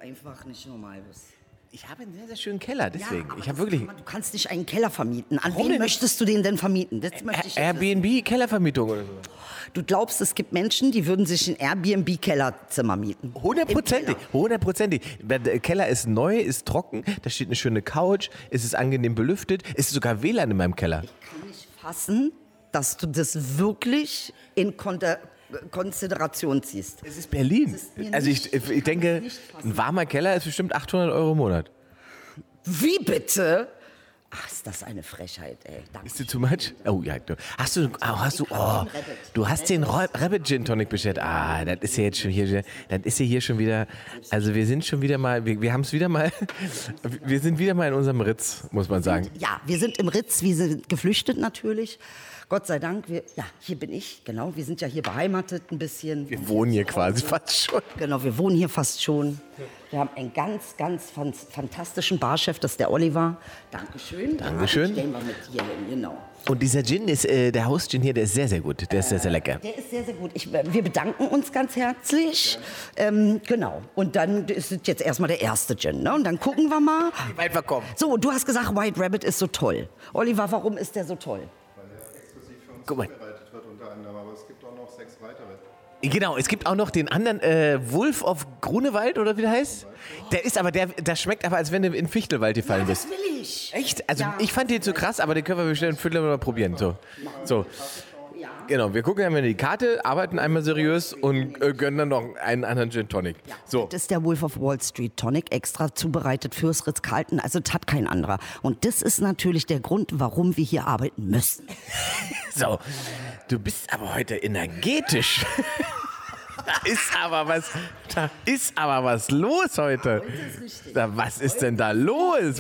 einfach nicht normal bist. Ich habe einen sehr, sehr schönen Keller, deswegen. Ja, ich habe wirklich... Du kannst nicht einen Keller vermieten. An wen möchtest du den denn vermieten? Das möchte ich jetzt wissen. Airbnb, Kellervermietung oder so. Du glaubst, es gibt Menschen, die würden sich ein Airbnb-Kellerzimmer mieten? Hundertprozentig. Der Keller ist neu, ist trocken, da steht eine schöne Couch, es ist angenehm belüftet, es ist sogar WLAN in meinem Keller. Ich kann nicht fassen, dass du das wirklich in Konsideration ziehst. Es ist Berlin. Also ich denke, ein warmer Keller ist bestimmt 800 € im Monat. Wie bitte? Ach, ist das eine Frechheit, ey. Danke. Ist dir too much? Oh ja, du hast den Rabbit Gin Tonic bestellt. Ah, das ist ja jetzt schon hier schon wieder, also wir sind schon wieder mal, wir haben es wieder mal, wir sind wieder mal in unserem Ritz, muss man sagen. Ja, wir sind im Ritz, wir sind geflüchtet natürlich. Gott sei Dank, hier bin ich, genau. Wir sind ja hier beheimatet ein bisschen. Wir wohnen hier quasi fast schon. Genau, wir wohnen hier fast schon. Wir haben einen ganz, ganz fantastischen Barchef, das ist der Oliver. Dankeschön. Dankeschön. Stellen wir mit hier hin, genau. Und dieser Gin ist, der Haus-Gin hier, der ist sehr, sehr gut. Der ist sehr, sehr lecker. Der ist sehr, sehr gut. Wir bedanken uns ganz herzlich. Genau. Und dann ist es jetzt erstmal der erste Gin. Ne? Und dann gucken wir mal. Wie weit wir kommen. So, du hast gesagt, White Rabbit ist so toll. Oliver, warum ist der so toll? Guck mal. Zubereitet wird unter anderem, aber es gibt auch noch 6 weitere. Genau, es gibt auch noch den anderen Wolf of Grunewald oder wie der heißt. Der ist aber, der schmeckt aber, als wenn du in den Fichtelwald gefallen bist. Das will ich. Echt? Also ich fand den zu krass, aber den können wir bestimmt mal probieren. So. Genau, wir gucken einmal in die Karte, arbeiten einmal seriös und gönnen dann noch einen anderen Gin Tonic. So. Das ist der Wolf of Wall Street Tonic, extra zubereitet fürs Ritz-Carlton. Also das hat kein anderer. Und das ist natürlich der Grund, warum wir hier arbeiten müssen. So, du bist aber heute energetisch. Da ist aber was los heute. Was ist denn da los?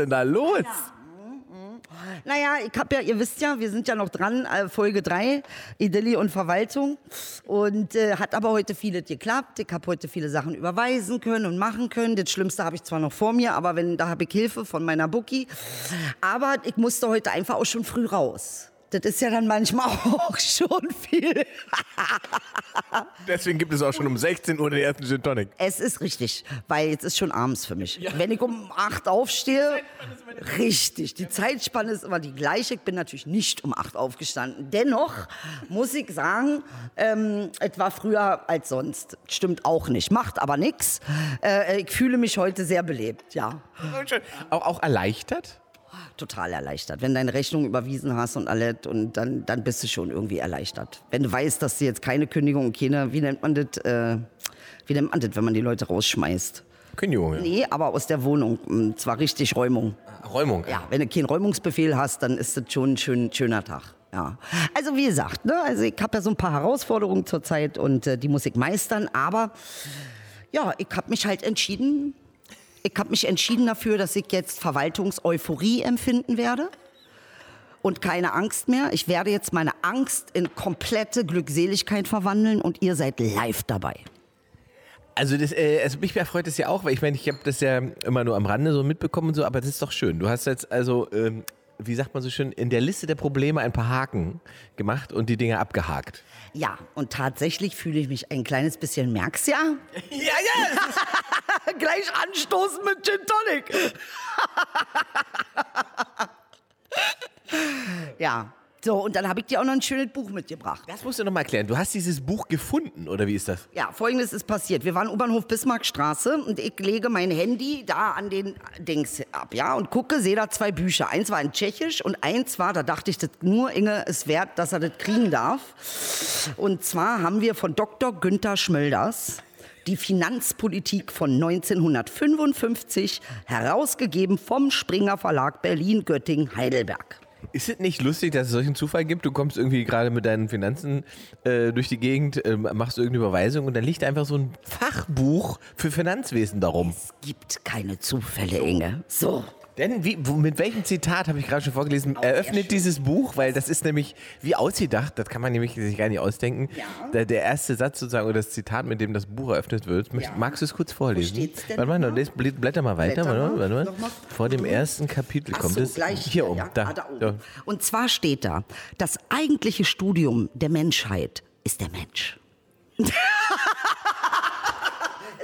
Naja, ihr wisst ja, wir sind ja noch dran, Folge 3, Idilli und Verwaltung. Und hat aber heute vieles geklappt. Ich habe heute viele Sachen überweisen können und machen können. Das Schlimmste habe ich zwar noch vor mir, aber da habe ich Hilfe von meiner Bookie. Aber ich musste heute einfach auch schon früh raus. Das ist ja dann manchmal auch schon viel. Deswegen gibt es auch schon um 16 Uhr den ersten Gin Tonic. Es ist richtig, weil jetzt ist schon abends für mich. Ja. Wenn ich um 8 aufstehe, richtig, die Zeitspanne ist immer die gleiche. Ich bin natürlich nicht um 8 aufgestanden. Dennoch muss ich sagen, es war früher als sonst. Stimmt auch nicht, macht aber nichts. Ich fühle mich heute sehr belebt, ja. Auch erleichtert? Total erleichtert. Wenn deine Rechnung überwiesen hast und alles, und dann bist du schon irgendwie erleichtert. Wenn du weißt, dass du jetzt keine Kündigung und keine, wie nennt man das, wenn man die Leute rausschmeißt? Kündigung, ja. Nee, aber aus der Wohnung. Und zwar richtig Räumung. Räumung? Ja, wenn du keinen Räumungsbefehl hast, dann ist das schon ein schöner Tag. Ja. Also wie gesagt, ne, also ich habe ja so ein paar Herausforderungen zurzeit und die muss ich meistern. Aber ja, ich habe mich halt entschieden... Ich habe mich entschieden dafür, dass ich jetzt Verwaltungseuphorie empfinden werde und keine Angst mehr. Ich werde jetzt meine Angst in komplette Glückseligkeit verwandeln und ihr seid live dabei. Also mich erfreut es ja auch, weil ich meine, ich habe das ja immer nur am Rande so mitbekommen und so, aber das ist doch schön. Du hast jetzt also, wie sagt man so schön, in der Liste der Probleme ein paar Haken gemacht und die Dinge abgehakt. Ja, und tatsächlich fühle ich mich ein kleines bisschen, merkst ja? Ja. Gleich anstoßen mit Gin Tonic. Ja. So, und dann habe ich dir auch noch ein schönes Buch mitgebracht. Das musst du noch mal erklären. Du hast dieses Buch gefunden, oder wie ist das? Ja, Folgendes ist passiert. Wir waren U-Bahnhof Bismarckstraße und ich lege mein Handy da an den Dings ab, ja, und sehe da 2 Bücher. Eins war in Tschechisch und eins war, da dachte ich, das nur Inge ist wert, dass er das kriegen darf. Und zwar haben wir von Dr. Günther Schmölders die Finanzpolitik von 1955, herausgegeben vom Springer Verlag Berlin, Göttingen, Heidelberg. Ist es nicht lustig, dass es solchen Zufall gibt? Du kommst irgendwie gerade mit deinen Finanzen durch die Gegend, machst irgendeine Überweisung und dann liegt einfach so ein Fachbuch für Finanzwesen darum. Es gibt keine Zufälle, Inge. So. Denn mit welchem Zitat, habe ich gerade schon vorgelesen, eröffnet dieses Buch, weil das ist nämlich wie ausgedacht, das kann man nämlich sich gar nicht ausdenken. Ja. Der erste Satz sozusagen oder das Zitat, mit dem das Buch eröffnet wird, magst du es kurz vorlesen? Wo steht's denn? Warte mal, blätter mal weiter. Warte mal. Vor dem ersten Kapitel kommt es. Gleich hier oben. Ja, da oben. Ja. Und zwar steht da, das eigentliche Studium der Menschheit ist der Mensch. Ist eigentlich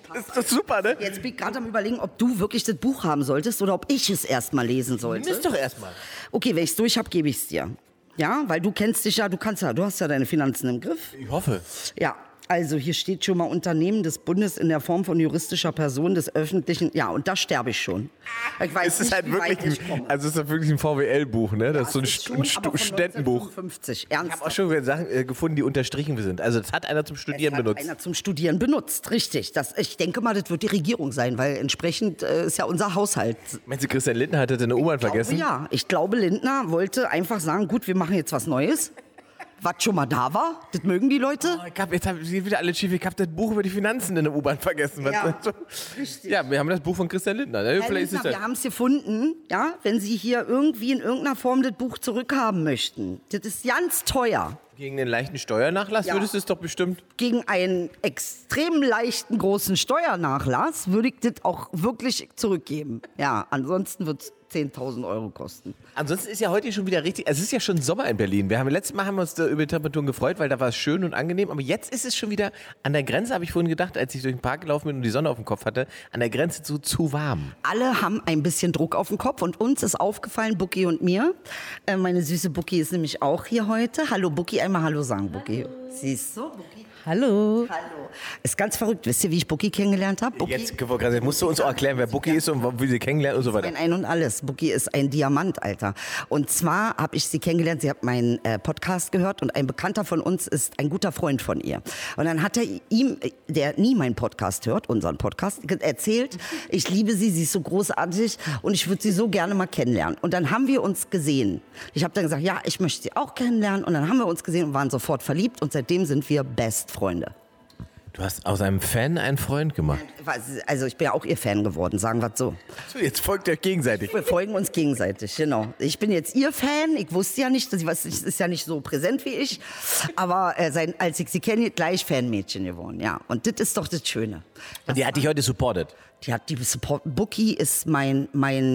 Das ist doch super, ne? Jetzt bin ich gerade am Überlegen, ob du wirklich das Buch haben solltest oder ob ich es erstmal lesen sollte. Nimm es doch erstmal. Okay, wenn ich es durch habe, gebe ich es dir. Ja, weil du kennst dich ja, du hast ja deine Finanzen im Griff. Ich hoffe. Ja, also hier steht schon mal Unternehmen des Bundes in der Form von juristischer Person des öffentlichen, ja, und da sterbe ich schon. Ich weiß Es ist nicht, halt wie wirklich weit ich komme. es ist halt wirklich ein VWL-Buch, ne? Das ist so ein, Es ist schon, aber von Studentenbuch. 1955, Ich habe auch ernsthaft. schon Sachen gefunden, die unterstrichen sind. Also das hat einer zum Studieren Es hat benutzt. einer zum Studieren benutzt, richtig. Ich denke mal, das wird die Regierung sein, weil entsprechend ist ja unser Haushalt. Meinst du, Christian Lindner hat das in der U-Bahn vergessen? Ja, ich glaube, Lindner wollte einfach sagen, gut, wir machen jetzt was Neues. Was schon mal da war, das mögen die Leute. Oh, jetzt haben sie wieder alle schief. Ich habe das Buch über die Finanzen in der U-Bahn vergessen. Was Ja, so? richtig. Ja, wir haben das Buch von Christian Lindner. Ne? Herr Vielleicht Lindner, ist es wir haben es gefunden, ja, wenn Sie hier irgendwie in irgendeiner Form das Buch zurückhaben möchten. Das ist ganz teuer. gegen den leichten Steuernachlass Ja. würdest du es doch bestimmt. Gegen einen extrem leichten großen Steuernachlass würde ich das auch wirklich zurückgeben. Ja, ansonsten wird es 10.000 Euro kosten. Ansonsten ist ja heute schon wieder richtig, es ist ja schon Sommer in Berlin. Letztes Mal haben wir uns da über die Temperaturen gefreut, weil da war es schön und angenehm. Aber jetzt ist es schon wieder an der Grenze, habe ich vorhin gedacht, als ich durch den Park gelaufen bin und die Sonne auf dem Kopf hatte, an der Grenze zu warm. Alle haben ein bisschen Druck auf dem Kopf und uns ist aufgefallen, Bucky und mir. Meine süße Bucky ist nämlich auch hier heute. Hallo Bucky, einmal Hallo sagen, Bucky. Siehst du, Bucky? Hallo. Hallo. Ist ganz verrückt. Wisst ihr, wie ich Bucky kennengelernt habe? Jetzt musst du uns auch erklären, wer Bucky ist und wie sie kennenlernen und so weiter. Ein und alles. Bucky ist ein Diamant, Alter. Und zwar habe ich sie kennengelernt, sie hat meinen Podcast gehört und ein Bekannter von uns ist ein guter Freund von ihr. Und dann hat er ihm, der nie meinen Podcast hört, unseren Podcast, erzählt, ich liebe sie, sie ist so großartig und ich würde sie so gerne mal kennenlernen. Und dann haben wir uns gesehen. Ich habe dann gesagt, ja, ich möchte sie auch kennenlernen. Und dann haben wir uns gesehen und waren sofort verliebt und seitdem sind wir Best Freunde. Du hast aus einem Fan einen Freund gemacht. Also ich bin ja auch ihr Fan geworden, sagen wir es so. So, jetzt folgt ihr gegenseitig. Wir folgen uns gegenseitig, genau. Ich bin jetzt ihr Fan. Ich wusste ja nicht, sie ist ja nicht so präsent wie ich. Aber als ich sie kenne, gleich Fanmädchen geworden. Ja, und das ist doch das Schöne. Und die hat dich heute supportet. Die hat die Support. Bucky ist mein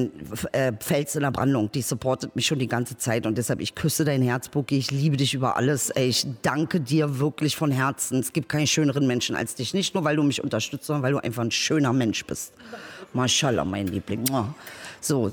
Fels in der Brandung. Die supportet mich schon die ganze Zeit und deshalb ich küsse dein Herz, Bucky. Ich liebe dich über alles. Ey, ich danke dir wirklich von Herzen. Es gibt keinen schöneren Menschen als dich. Nicht nur, weil du mich unterstützt, sondern weil du einfach ein schöner Mensch bist. Mashallah, mein Liebling. So.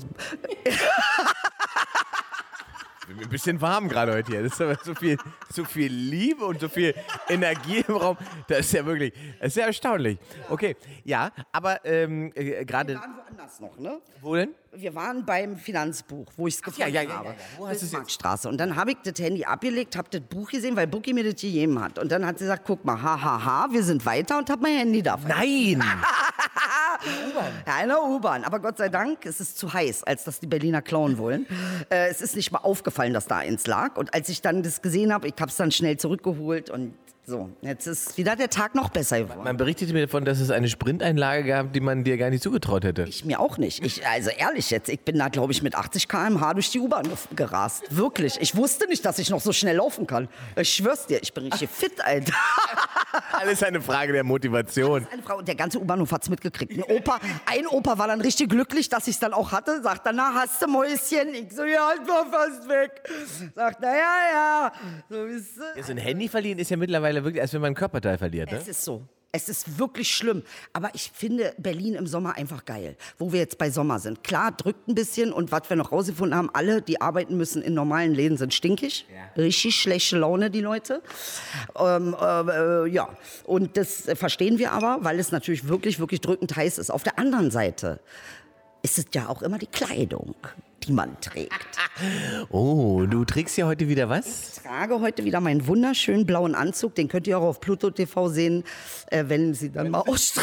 Ich bin mir ein bisschen warm gerade heute hier. Das ist aber so viel Liebe und so viel Energie im Raum. Das ist ja wirklich, das ist ja erstaunlich. Okay, ja, aber gerade. Wir waren woanders noch, ne? Wo denn? Wir waren beim Finanzbuch, wo ich es gefunden ja. habe. Wo hast du es jetzt? Bismarckstraße. Und dann habe ich das Handy abgelegt, habe das Buch gesehen, weil Bucky mir das gegeben hat. Und dann hat sie gesagt, guck mal, wir sind weiter und habe mein Handy da. Nein! Ja, in der U-Bahn. Aber Gott sei Dank, es ist zu heiß, als dass die Berliner klauen wollen. Es ist nicht mal aufgefallen, dass da eins lag. Und als ich dann das gesehen habe, ich habe es dann schnell zurückgeholt und so, jetzt ist wieder der Tag noch besser geworden. Man berichtete mir davon, dass es eine Sprinteinlage gab, die man dir gar nicht zugetraut hätte. Ich mir auch nicht. Also ehrlich jetzt, ich bin da, glaube ich, mit 80 km/h durch die U-Bahn gerast. Wirklich. Ich wusste nicht, dass ich noch so schnell laufen kann. Ich schwör's dir, ich bin richtig fit, Alter. Alles eine Frage der Motivation. Eine Frau, und der ganze U-Bahnhof hat's mitgekriegt. Ein Opa war dann richtig glücklich, dass ich's dann auch hatte. Sagt dann, na, hast du Mäuschen? Ich so, ja, ich war fast weg. Sagt, na ja. So, ist Ja, so ein Handy verlieren ist ja mittlerweile wirklich, als wenn man ein Körperteil verliert, ne? Es ist so. Es ist wirklich schlimm. Aber ich finde Berlin im Sommer einfach geil. Wo wir jetzt bei Sommer sind. Klar, drückt ein bisschen. Und was wir noch rausgefunden haben, alle, die arbeiten müssen in normalen Läden, sind stinkig. Ja. Richtig schlechte Laune, die Leute. Ja. Und das verstehen wir aber, weil es natürlich wirklich, wirklich drückend heiß ist. Auf der anderen Seite ist es ja auch immer die Kleidung, die man trägt. Oh, du trägst ja heute wieder was? Ich trage heute wieder meinen wunderschönen blauen Anzug. Den könnt ihr auch auf Pluto TV sehen, wenn sie dann mal ausstrahlen.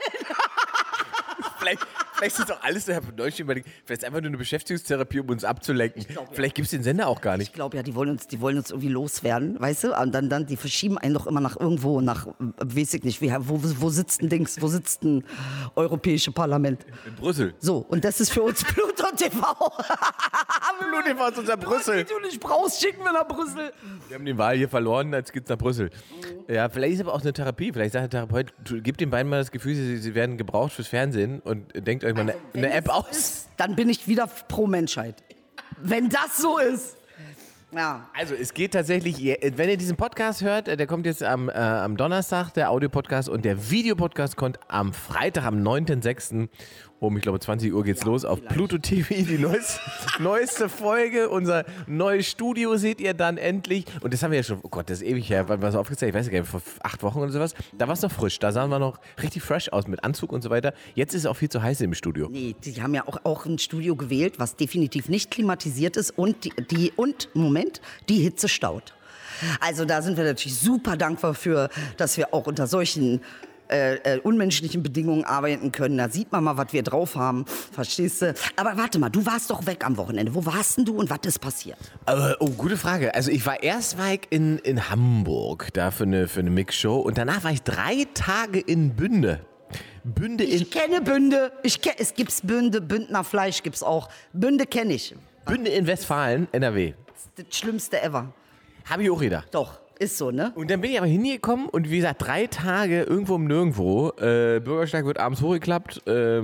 Vielleicht ist doch alles, ich habe neulich überlegt, vielleicht ist einfach nur eine Beschäftigungstherapie, um uns abzulenken. Vielleicht gibt es den Sender auch gar nicht. Ich glaube ja, die wollen uns irgendwie loswerden, weißt du? Und dann die verschieben einen doch immer nach irgendwo, weiß ich nicht, wo sitzt ein Dings, wo sitzt ein Europäische Parlament? In Brüssel. So, und das ist für uns Pluto TV. Pluto TV ist unser Brüssel. Wenn du nicht brauchst, schicken wir nach Brüssel. Wir haben die Wahl hier verloren, jetzt geht's nach Brüssel. Ja, vielleicht ist aber auch eine Therapie. Vielleicht sagt der Therapeut, gebt den beiden mal das Gefühl, sie werden gebraucht fürs Fernsehen und denkt euch mal eine App aus. Dann bin ich wieder pro Menschheit. Wenn das so ist. Ja. Also es geht tatsächlich, wenn ihr diesen Podcast hört, der kommt jetzt am Donnerstag, der Audiopodcast, und der Videopodcast kommt am Freitag, am 9.6. Ich glaube 20 Uhr geht's los auf Pluto TV, die neueste Folge, unser neues Studio seht ihr dann endlich. Und das haben wir ja schon, oh Gott, das ist ewig her, wann war es aufgezeichnet? Ich weiß gar nicht, vor 8 Wochen oder sowas. Da war es noch frisch, da sahen wir noch richtig fresh aus mit Anzug und so weiter. Jetzt ist es auch viel zu heiß im Studio. Nee, die haben ja auch ein Studio gewählt, was definitiv nicht klimatisiert ist und die Hitze staut. Also da sind wir natürlich super dankbar für, dass wir auch unter solchen unmenschlichen Bedingungen arbeiten können. Da sieht man mal, was wir drauf haben. Verstehst du? Aber warte mal, du warst doch weg am Wochenende. Wo warst denn du und was ist passiert? Gute Frage. Also ich war in Hamburg da für eine Mixshow und danach war ich 3 Tage in Bünde. Ich kenne Bünde. Es gibt Bünde, Bündner Fleisch gibt's auch. Bünde kenne ich. Bünde in Westfalen, NRW. Das ist das Schlimmste ever. Habe ich auch gedacht. Doch, ist so, ne? Und dann bin ich aber hingekommen und wie gesagt, 3 Tage irgendwo um nirgendwo. Bürgersteig wird abends hochgeklappt.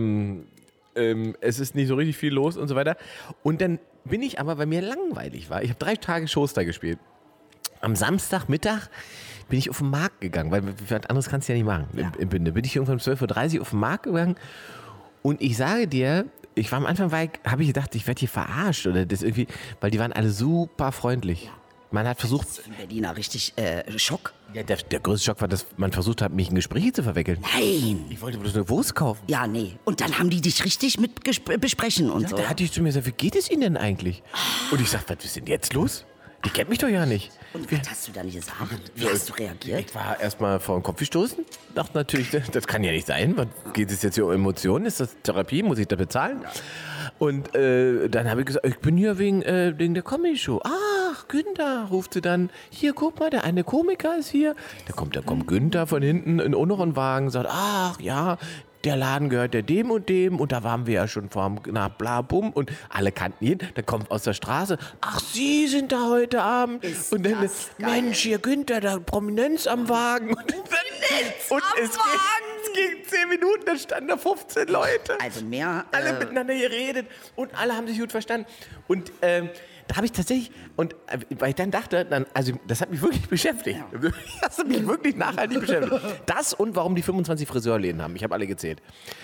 Es ist nicht so richtig viel los und so weiter. Und dann bin ich aber, weil mir langweilig war, ich habe 3 Tage Shows da gespielt. Am Samstagmittag bin ich auf den Markt gegangen, weil was anderes kannst du ja nicht machen in Bünde. Bin ich irgendwann um 12.30 Uhr auf den Markt gegangen und ich sage dir, ich war am Anfang, habe ich gedacht, ich werde hier verarscht oder das irgendwie, weil die waren alle super freundlich. Man hat versucht... Das ist ein Berliner richtig Schock. Ja, der größte Schock war, dass man versucht hat, mich in Gespräche zu verwickeln. Nein. Ich wollte bloß eine Wurst kaufen. Ja, nee. Und dann haben die dich richtig mit besprechen und so. Da hatte ich zu mir gesagt, wie geht es Ihnen denn eigentlich? Und ich sag, was ist denn jetzt los? Die kennt mich doch ja nicht. Und was hast du dann gesagt? Wie hast du reagiert? Ich war erstmal vor den Kopf gestoßen. Dachte natürlich, das kann ja nicht sein. Was geht es jetzt hier um Emotionen? Ist das Therapie? Muss ich da bezahlen? Ja. Und dann habe ich gesagt, ich bin hier wegen der Comedy-Show. Ach, Günther, ruft sie dann. Hier, guck mal, der eine Komiker ist hier. Da kommt Günther von hinten in auch noch einen Wagen, sagt, ach ja, der Laden gehört der dem und da waren wir ja schon nach bla bum und alle kannten ihn. Dann kommt aus der Straße, ach, Sie sind da heute Abend. Ist und dann, das geil. Mensch, hier Günther, da Prominenz am Wagen. Und es ging 10 Minuten, da standen da 15 Leute. Also mehr... Alle miteinander geredet und alle haben sich gut verstanden. Und da habe ich tatsächlich, und weil ich dann dachte, also das hat mich wirklich beschäftigt. Ja. Das hat mich wirklich nachhaltig beschäftigt. Das und warum die 25 Friseurläden haben. Ich habe alle gezählt.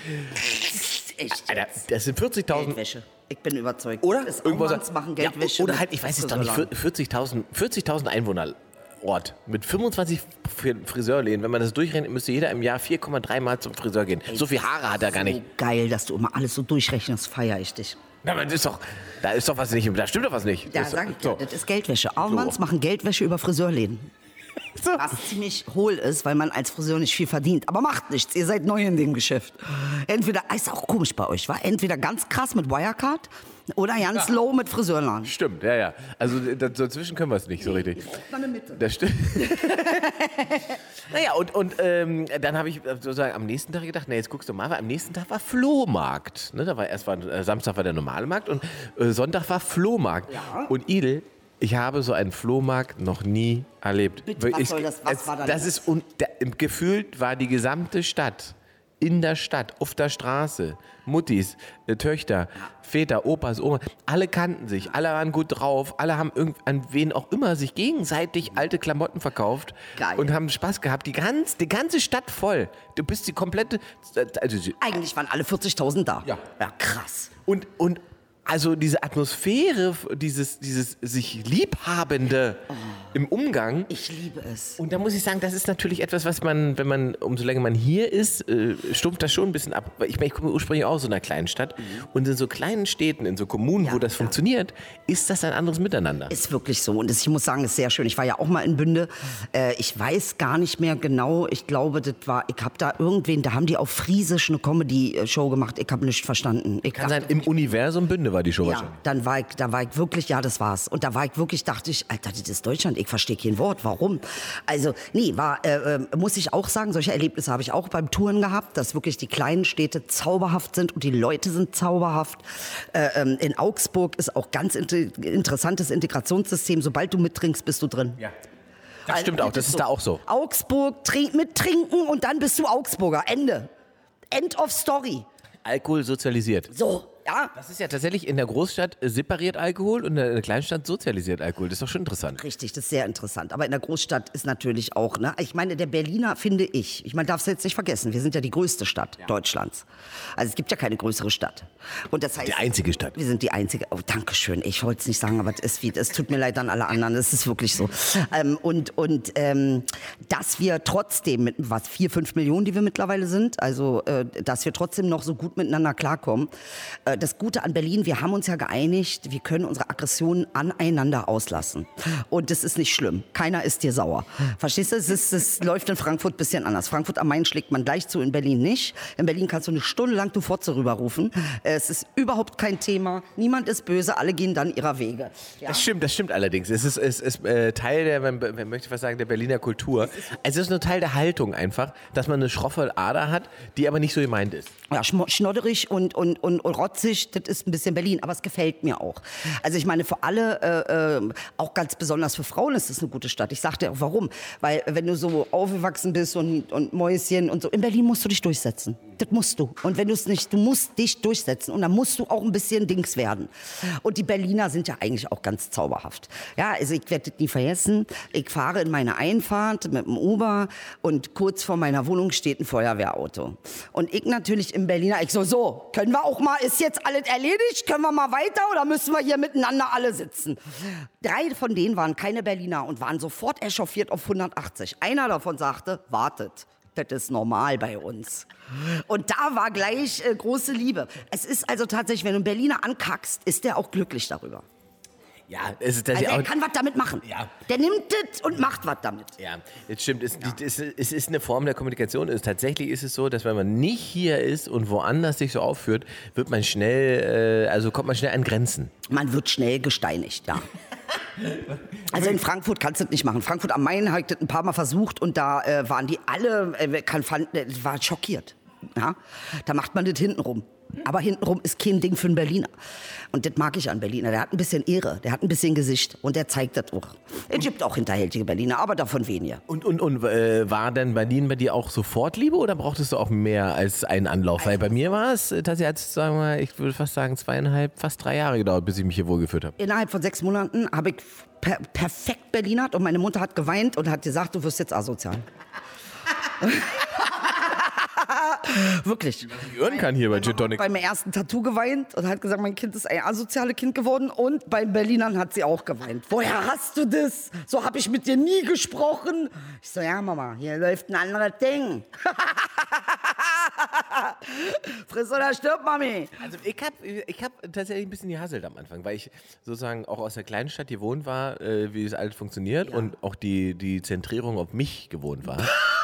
Echt? Alter, das sind 40.000. Geldwäsche. Ich bin überzeugt. Oder? Irgendwas machen Geldwäsche. Ja, oder halt, ich weiß es doch nicht, 40.000 Einwohner. Ort mit 25 Friseurläden. Wenn man das durchrechnet, müsste jeder im Jahr 4,3 Mal zum Friseur gehen. So viel Haare hat er gar nicht. So geil, dass du immer alles so durchrechnest, feiere ich dich. Na, aber da ist doch was nicht, da stimmt doch was nicht. Da sag ich dir, das ist Geldwäsche. Allmanns machen Geldwäsche über Friseurläden. So. Was ziemlich hohl ist, weil man als Friseur nicht viel verdient. Aber macht nichts, ihr seid neu in dem Geschäft. Entweder, ist auch komisch bei euch, war entweder ganz krass mit Wirecard oder ganz low mit Friseurladen. Stimmt, ja. Also dazwischen können wir es nicht so richtig. Mal eine Mitte. Das stimmt. Naja, und dann habe ich sozusagen am nächsten Tag gedacht, jetzt guckst du mal, weil am nächsten Tag war Flohmarkt. Ne, Samstag war der normale Markt und Sonntag war Flohmarkt. Ja. Und Idel, ich habe so einen Flohmarkt noch nie erlebt. Bitte, was war da los? Gefühlt war die gesamte Stadt, in der Stadt, auf der Straße, Muttis, Töchter, Väter, Opas, Oma, alle kannten sich, alle waren gut drauf, alle haben an wen auch immer sich gegenseitig alte Klamotten verkauft. Geil. Und haben Spaß gehabt. Die ganze Stadt voll. Du bist die komplette... Eigentlich waren alle 40.000 da. Ja. Ja, krass. Und also diese Atmosphäre, dieses sich Liebhabende im Umgang. Ich liebe es. Und da muss ich sagen, das ist natürlich etwas, was umso länger man hier ist, stumpft das schon ein bisschen ab. Ich komme ursprünglich auch aus so einer kleinen Stadt. Und in so kleinen Städten, in so Kommunen, wo das funktioniert, ist das ein anderes Miteinander. Ist wirklich so. Und ich muss sagen, ist sehr schön. Ich war ja auch mal in Bünde. Ich weiß gar nicht mehr genau. Ich glaube, ich habe da da haben die auf Friesisch eine Comedy-Show gemacht. Ich habe nichts verstanden. Kann sein, im Universum Bünde war die Show wahrscheinlich. Ja, da war ich wirklich, das war's. Und da war ich wirklich, dachte ich, Alter, das ist Deutschland, ich verstehe kein Wort, warum? Also, nee, muss ich auch sagen, solche Erlebnisse habe ich auch beim Touren gehabt, dass wirklich die kleinen Städte zauberhaft sind und die Leute sind zauberhaft. In Augsburg ist auch ganz interessantes Integrationssystem, sobald du mittrinkst, bist du drin. Ja. Das stimmt auch, das ist da auch so. Augsburg, mittrinken und dann bist du Augsburger, Ende. End of story. Alkohol sozialisiert. So. Ja. Das ist ja tatsächlich in der Großstadt separiert Alkohol und in der Kleinstadt sozialisiert Alkohol. Das ist doch schon interessant. Richtig, das ist sehr interessant. Aber in der Großstadt ist natürlich auch, ne? Ich meine, der Berliner finde ich meine, darf es jetzt nicht vergessen, wir sind ja die größte Stadt Deutschlands. Also es gibt ja keine größere Stadt. Und das heißt, Die einzige Stadt. wir sind die einzige. Oh, danke schön. Ich wollte es nicht sagen, aber es tut mir leid an alle anderen. Das ist wirklich so. Dass wir trotzdem mit 4, 5 Millionen, die wir mittlerweile sind, also dass wir trotzdem noch so gut miteinander klarkommen. Das Gute an Berlin, wir haben uns ja geeinigt, wir können unsere Aggressionen aneinander auslassen. Und das ist nicht schlimm. Keiner ist dir sauer. Verstehst du? Es läuft in Frankfurt ein bisschen anders. Frankfurt am Main schlägt man gleich zu, in Berlin nicht. In Berlin kannst du eine Stunde lang du Fotze rüberrufen. Es ist überhaupt kein Thema. Niemand ist böse, alle gehen dann ihrer Wege. Ja? Das stimmt allerdings. Es ist Teil der, man möchte fast sagen, der Berliner Kultur. Es ist nur Teil der Haltung einfach, dass man eine schroffe Ader hat, die aber nicht so gemeint ist. Ja, schnodderig und rotzig, das ist ein bisschen Berlin, aber es gefällt mir auch. Also ich meine, für alle, auch ganz besonders für Frauen ist es eine gute Stadt. Ich sag dir auch warum. Weil wenn du so aufgewachsen bist und Mäuschen und so, in Berlin musst du dich durchsetzen. Das musst du. Und wenn du es nicht, du musst dich durchsetzen und dann musst du auch ein bisschen Dings werden. Und die Berliner sind ja eigentlich auch ganz zauberhaft. Ja, also ich werde das nie vergessen. Ich fahre in meine Einfahrt mit dem Uber und kurz vor meiner Wohnung steht ein Feuerwehrauto. Und ich natürlich im Berliner, ich so, können wir auch mal, ist jetzt alles erledigt? Können wir mal weiter oder müssen wir hier miteinander alle sitzen? 3 von denen waren keine Berliner und waren sofort echauffiert auf 180. Einer davon sagte, wartet. Das ist normal bei uns. Und da war gleich große Liebe. Es ist also tatsächlich, wenn du einen Berliner ankackst, ist der auch glücklich darüber. Ja, es ist also er kann was damit machen. Ja. Der nimmt das und macht was damit. Ja, das stimmt. Es ist eine Form der Kommunikation. Tatsächlich ist es so, dass wenn man nicht hier ist und woanders sich so aufführt, wird man kommt man schnell an Grenzen. Man wird schnell gesteinigt, ja. Also in Frankfurt kannst du das nicht machen. Frankfurt am Main habe ich das ein paar Mal versucht und da waren die alle, war schockiert. Ja? Da macht man das hintenrum. Aber hintenrum ist kein Ding für einen Berliner. Und das mag ich an Berliner. Der hat ein bisschen Ehre, der hat ein bisschen Gesicht und der zeigt das auch. Es gibt auch hinterhältige Berliner, aber davon weniger. Und war denn Berlin bei dir auch sofort Liebe oder brauchtest du auch mehr als einen Anlauf? Weil bei mir war es tatsächlich, sagen wir mal, ich würde fast sagen 2,5, fast 3 Jahre gedauert, bis ich mich hier wohlgefühlt habe. Innerhalb von 6 Monaten habe ich perfekt Berlinert und meine Mutter hat geweint und hat gesagt, du wirst jetzt asozial. Wirklich. Was ich hören kann hier bei Gin Tonic. Beim ersten Tattoo geweint und hat gesagt, mein Kind ist ein asoziales Kind geworden. Und bei Berlinern hat sie auch geweint. Woher hast du das? So habe ich mit dir nie gesprochen. Ich so, ja Mama, hier läuft ein anderes Ding. Friss oder stirb, Mami. Also ich hab tatsächlich ein bisschen gehasselt am Anfang, weil ich sozusagen auch aus der kleinen Stadt gewohnt war, wie es alles funktioniert und auch die Zentrierung auf mich gewohnt war.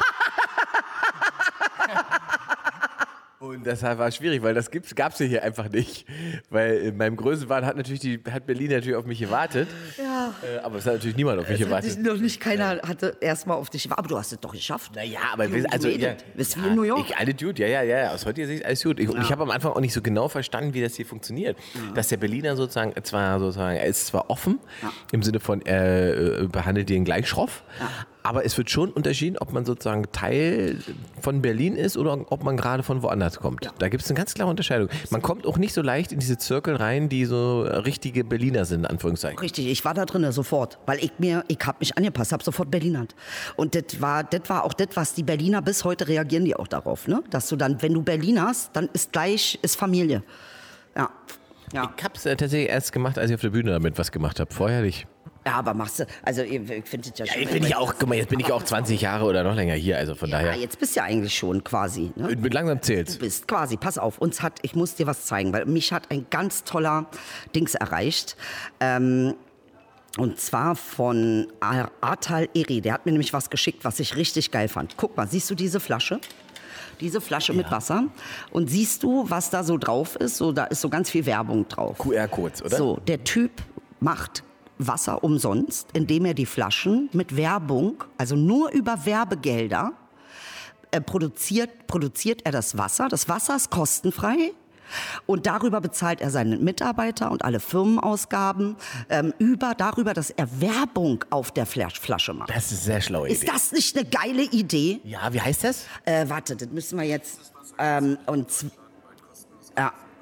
Und deshalb war es schwierig, weil das gab's ja hier einfach nicht. Weil in meinem Größenwahn hat Berlin natürlich auf mich gewartet. Ja. Aber es hat natürlich niemand auf mich gewartet. Noch nicht keiner hatte erstmal auf dich gewartet. Aber du hast es doch geschafft. Naja, aber bist wie in New York. Alle gut, ja. Aus heutiger Sicht alles gut. Ich habe am Anfang auch nicht so genau verstanden, wie das hier funktioniert. Ja. Dass der Berliner er ist zwar offen, im Sinne von, behandelt den gleich schroff. Ja. Aber es wird schon unterschieden, ob man sozusagen Teil von Berlin ist oder ob man gerade von woanders kommt. Ja. Da gibt es eine ganz klare Unterscheidung. Man kommt auch nicht so leicht in diese Zirkel rein, die so richtige Berliner sind, in Anführungszeichen. Richtig, ich war da drin sofort, weil ich habe mich angepasst, habe sofort Berlinert. Und das war auch das, was die Berliner bis heute reagieren, die auch darauf, ne? Dass du dann, wenn du Berlin hast, dann ist Familie. Ja. Ich habe es tatsächlich erst gemacht, als ich auf der Bühne damit was gemacht habe. Vorher nicht. Ja, aber machst du, also ich finde es ja schon. Jetzt bin ich auch 20 Jahre oder noch länger hier, also von daher. Ja, jetzt bist du ja eigentlich schon quasi. Ne? Mit langsam zählt's. Du bist quasi, pass auf, ich muss dir was zeigen, weil mich hat ein ganz toller Dings erreicht. Und zwar von Atal Eri, der hat mir nämlich was geschickt, was ich richtig geil fand. Guck mal, siehst du diese Flasche? Diese Flasche mit Wasser. Und siehst du, was da so drauf ist? Da ist so ganz viel Werbung drauf. QR-Codes, oder? So, der Typ macht Wasser umsonst, indem er die Flaschen mit Werbung, also nur über Werbegelder, produziert er das Wasser. Das Wasser ist kostenfrei. Und darüber bezahlt er seine Mitarbeiter und alle Firmenausgaben darüber, dass er Werbung auf der Flasche macht. Das ist eine sehr schlaue Idee. Ist das nicht eine geile Idee? Ja, wie heißt das? Warte, das müssen wir jetzt...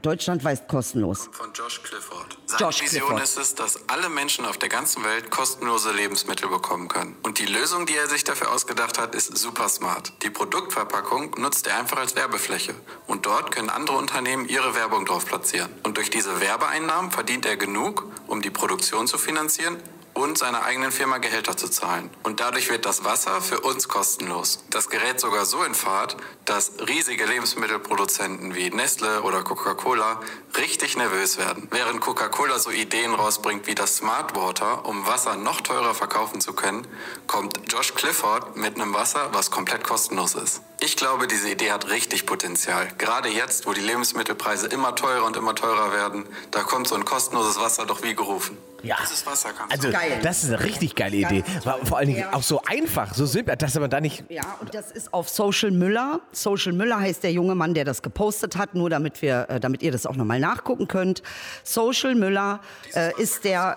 deutschlandweit kostenlos. Von Josh Clifford. Seine Josh Vision Clifford. ist es, dass alle Menschen auf der ganzen Welt kostenlose Lebensmittel bekommen können. Und die Lösung, die er sich dafür ausgedacht hat, ist super smart. Die Produktverpackung nutzt er einfach als Werbefläche. Und dort können andere Unternehmen ihre Werbung drauf platzieren. Und durch diese Werbeeinnahmen verdient er genug, um die Produktion zu finanzieren und seiner eigenen Firma Gehälter zu zahlen. Und dadurch wird das Wasser für uns kostenlos. Das gerät sogar so in Fahrt, dass riesige Lebensmittelproduzenten wie Nestle oder Coca-Cola richtig nervös werden. Während Coca-Cola so Ideen rausbringt wie das Smart Water, um Wasser noch teurer verkaufen zu können, kommt Josh Clifford mit einem Wasser, was komplett kostenlos ist. Ich glaube, diese Idee hat richtig Potenzial. Gerade jetzt, wo die Lebensmittelpreise immer teurer werden, da kommt so ein kostenloses Wasser doch wie gerufen. Ja. Dieses Wasser kannst Also, du... Geil. das ist eine richtig geile Idee. Vor allen Dingen auch so einfach, so simpel, dass man da nicht... Ja, und das ist auf Social Müller. Social Müller heißt der junge Mann, der das gepostet hat, nur damit ihr das auch nochmal nachgucken könnt. Social Müller ist der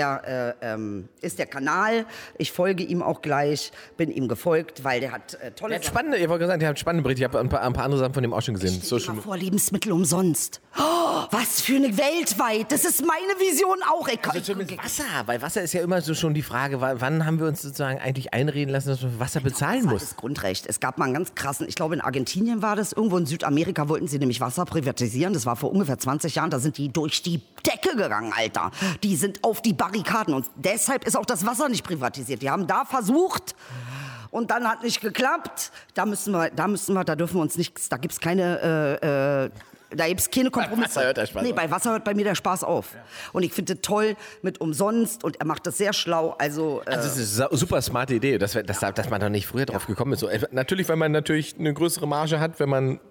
Kanal. Ich folge ihm auch gleich, bin ihm gefolgt, weil der hat tolle Der hat spannende, ihr wollt gesagt, der hat spannende Berichte. Ich habe ein paar andere Sachen von dem auch schon gesehen. Stell dir mal vor, Lebensmittel umsonst. Oh, was für eine weltweit. Das ist meine Vision auch. Wasser, weil Wasser ist ja immer so schon die Frage, wann haben wir uns sozusagen eigentlich einreden lassen, dass man für Wasser bezahlen muss? Das Grundrecht. Es gab mal einen ganz krassen, ich glaube in Argentinien war das, irgendwo in Südamerika wollten sie nämlich Wasser privatisieren. Das war vor ungefähr 20 Jahren. Da sind die durch die Decke gegangen, Alter. Die sind auf die Barrikaden und deshalb ist auch das Wasser nicht privatisiert. Die haben da versucht und dann hat nicht geklappt. Da dürfen wir uns nichts, da gibt's keine... Da gibt es keine Kompromisse. Bei Wasser hört der Spaß auf. Bei Wasser hört bei mir der Spaß auf. Ja. Und ich finde das toll mit umsonst und er macht das sehr schlau. Also das ist eine super smarte Idee, dass man da nicht früher drauf gekommen ist. So, natürlich, weil man natürlich eine größere Marge hat, wenn man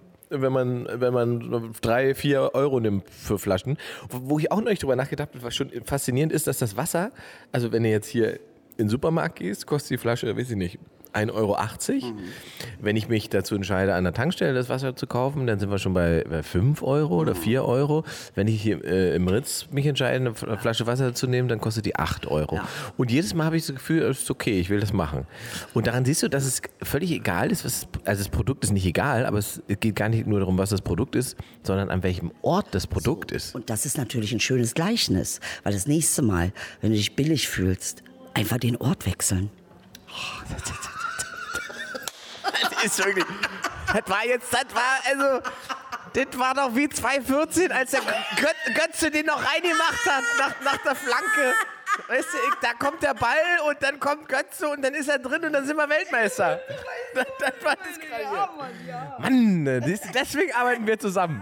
3-4 Euro nimmt für Flaschen. Wo ich auch noch nicht drüber nachgedacht habe, was schon faszinierend ist, dass das Wasser, also wenn du jetzt hier in den Supermarkt gehst, kostet die Flasche, weiß ich nicht, 1,80 Euro. Wenn ich mich dazu entscheide, an der Tankstelle das Wasser zu kaufen, dann sind wir schon bei 5 Euro oder 4 Euro. Wenn ich hier im Ritz mich entscheide, eine Flasche Wasser zu nehmen, dann kostet die 8 Euro. Ja. Und jedes Mal habe ich das Gefühl, es ist okay, ich will das machen. Und daran siehst du, dass es völlig egal ist, also das Produkt ist nicht egal, aber es geht gar nicht nur darum, was das Produkt ist, sondern an welchem Ort das Produkt ist. Und das ist natürlich ein schönes Gleichnis, weil das nächste Mal, wenn du dich billig fühlst, einfach den Ort wechseln. Das ist wirklich. Das war doch wie 2014, als der Götze den noch reingemacht hat nach der Flanke. Weißt du, da kommt der Ball und dann kommt Götze und dann ist er drin und dann sind wir Weltmeister. Das war das Geile. Mann, deswegen arbeiten wir zusammen.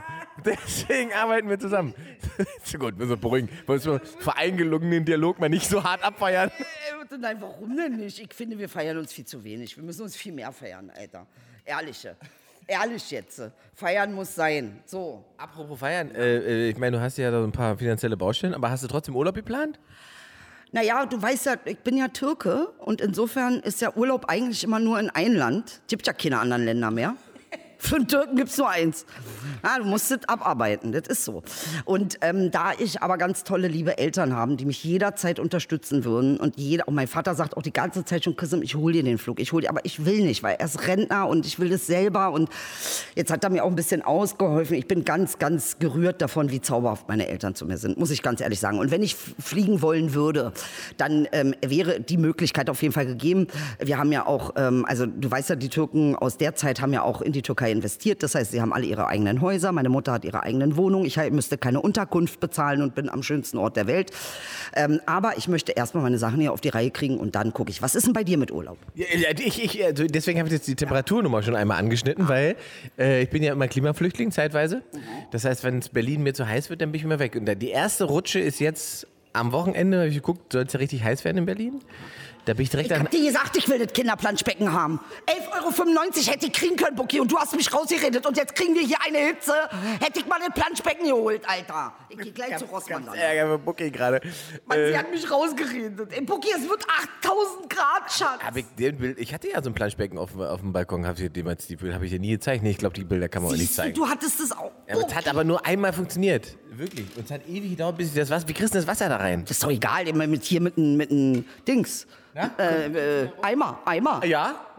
So gut, wir sind beruhigen. Wollen wir vor eingelungenen Dialog mal nicht so hart abfeiern? Nein, warum denn nicht? Ich finde, wir feiern uns viel zu wenig. Wir müssen uns viel mehr feiern, Alter. Ehrlich jetzt. Feiern muss sein. So. Apropos feiern, ich meine, du hast ja da so ein paar finanzielle Baustellen, aber hast du trotzdem Urlaub geplant? Naja, du weißt ja, ich bin ja Türke und insofern ist ja Urlaub eigentlich immer nur in ein Land. Es gibt ja keine anderen Länder mehr. Für einen Türken gibt es nur eins. Ja, du musst das abarbeiten, das ist so. Und da ich aber ganz tolle, liebe Eltern habe, die mich jederzeit unterstützen würden und mein Vater sagt auch die ganze Zeit schon, Chrism, ich hol dir den Flug, aber ich will nicht, weil er ist Rentner und ich will das selber und jetzt hat er mir auch ein bisschen ausgeholfen. Ich bin ganz, ganz gerührt davon, wie zauberhaft meine Eltern zu mir sind, muss ich ganz ehrlich sagen. Und wenn ich fliegen wollen würde, dann wäre die Möglichkeit auf jeden Fall gegeben. Wir haben ja auch, also du weißt ja, die Türken aus der Zeit haben ja auch in die Türkei investiert. Das heißt, sie haben alle ihre eigenen Häuser. Meine Mutter hat ihre eigenen Wohnungen. Ich müsste keine Unterkunft bezahlen und bin am schönsten Ort der Welt. Aber ich möchte erstmal meine Sachen hier auf die Reihe kriegen und dann gucke ich. Was ist denn bei dir mit Urlaub? Also deswegen habe ich jetzt die Temperaturnummer schon einmal angeschnitten, weil ich bin ja immer Klimaflüchtling zeitweise. Das heißt, wenn es Berlin mir zu heiß wird, dann bin ich immer weg. Und die erste Rutsche ist jetzt am Wochenende, habe ich geguckt, soll es ja richtig heiß werden in Berlin? Da bin ich direkt hab dir gesagt, ich will das Kinderplanschbecken haben. 11,95 € hätte ich kriegen können, Bucki, und du hast mich rausgeredet. Und jetzt kriegen wir hier eine Hitze. Hätte ich mal das Planschbecken geholt, Alter. Ich geh gleich zu Rossmann. Ganz Ärger mit Bucki gerade. Sie hat mich rausgeredet. Ey, Bucki, es wird 8000 Grad, Schatz. Ich hatte ja so ein Planschbecken auf dem Balkon. Habe ich dir nie gezeigt. Nee, ich glaube, die Bilder kann man auch nicht zeigen. Du hattest es auch. Ja, es hat aber nur einmal funktioniert. Wirklich. Und es hat ewig gedauert, bis ich das Wasser... Wie kriegst du das Wasser da rein? Das ist doch egal, immer mit einem Dings. Eimer. Ja?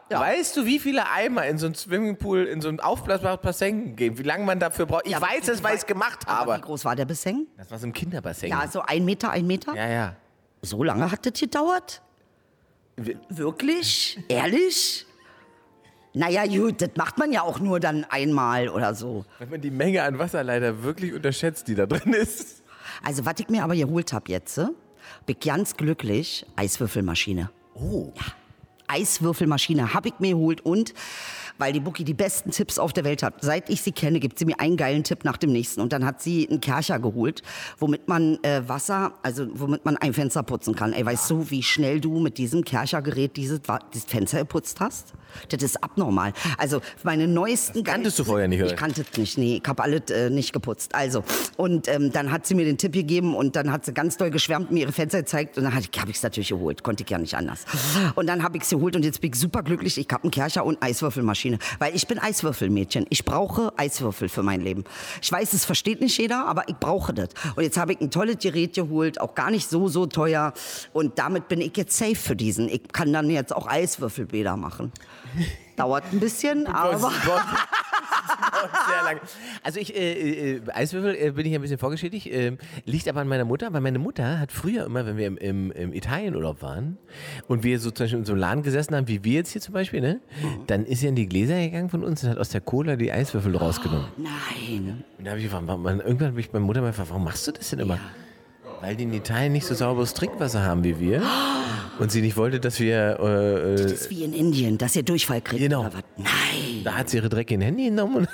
Ja. Weißt du, wie viele Eimer in so einen Swimmingpool, in so ein aufblasbares Bassin gehen? Wie lange man dafür braucht? Ich weiß es, weil ich es gemacht Aber wie habe. groß war der Bassin? Das war so ein Kinderbassin. Ja, so 1 Meter, 1 Meter? Ja. So lange hat das gedauert? Wirklich? Ehrlich? Naja, gut, das macht man ja auch nur dann einmal oder so. Wenn man die Menge an Wasser leider wirklich unterschätzt, die da drin ist. Also, was ich mir aber geholt habe jetzt, bin ich ganz glücklich, Eiswürfelmaschine. Oh. Ja, Eiswürfelmaschine habe ich mir geholt und weil die Buki die besten Tipps auf der Welt hat. Seit ich sie kenne, gibt sie mir einen geilen Tipp nach dem nächsten. Und dann hat sie einen Kercher geholt, womit man womit man ein Fenster putzen kann. Ey, weißt du, wie schnell du mit diesem Kerchergerät dieses Fenster geputzt hast? Das ist abnormal. Also meine neuesten... Das kanntest du vorher nicht, oder? Ich kannte es nicht, nee. Ich habe alles nicht geputzt. Also, und dann hat sie mir den Tipp gegeben und dann hat sie ganz doll geschwärmt, mir ihre Fenster gezeigt und dann habe ich es natürlich geholt. Konnte ich ja nicht anders. Und dann habe ich es geholt und jetzt bin ich super glücklich. Ich habe einen Kercher und Eiswürfelmaschine. Weil ich bin Eiswürfelmädchen. Ich brauche Eiswürfel für mein Leben. Ich weiß, es versteht nicht jeder, aber ich brauche das. Und jetzt habe ich ein tolles Gerät geholt, auch gar nicht so teuer. Und damit bin ich jetzt safe für diesen. Ich kann dann jetzt auch Eiswürfelbäder machen. Dauert ein bisschen, aber... Sehr lange. Also Eiswürfel bin ich ein bisschen vorgeschädigt, liegt aber an meiner Mutter, weil meine Mutter hat früher immer, wenn wir im Italienurlaub waren und wir so zum Beispiel in so einem Laden gesessen haben, wie wir jetzt hier zum Beispiel, ne, dann ist sie in die Gläser gegangen von uns und hat aus der Cola die Eiswürfel rausgenommen. Nein. Und da habe ich gefragt, irgendwann habe ich meine Mutter mal gefragt, warum machst du das denn immer? Ja. Weil die in Italien nicht so sauberes Trinkwasser haben wie wir und sie nicht wollte, dass wir... das ist wie in Indien, dass ihr Durchfall kriegt. Genau. Oder was? Nein. Da hat sie ihre dreckigen Handy genommen und...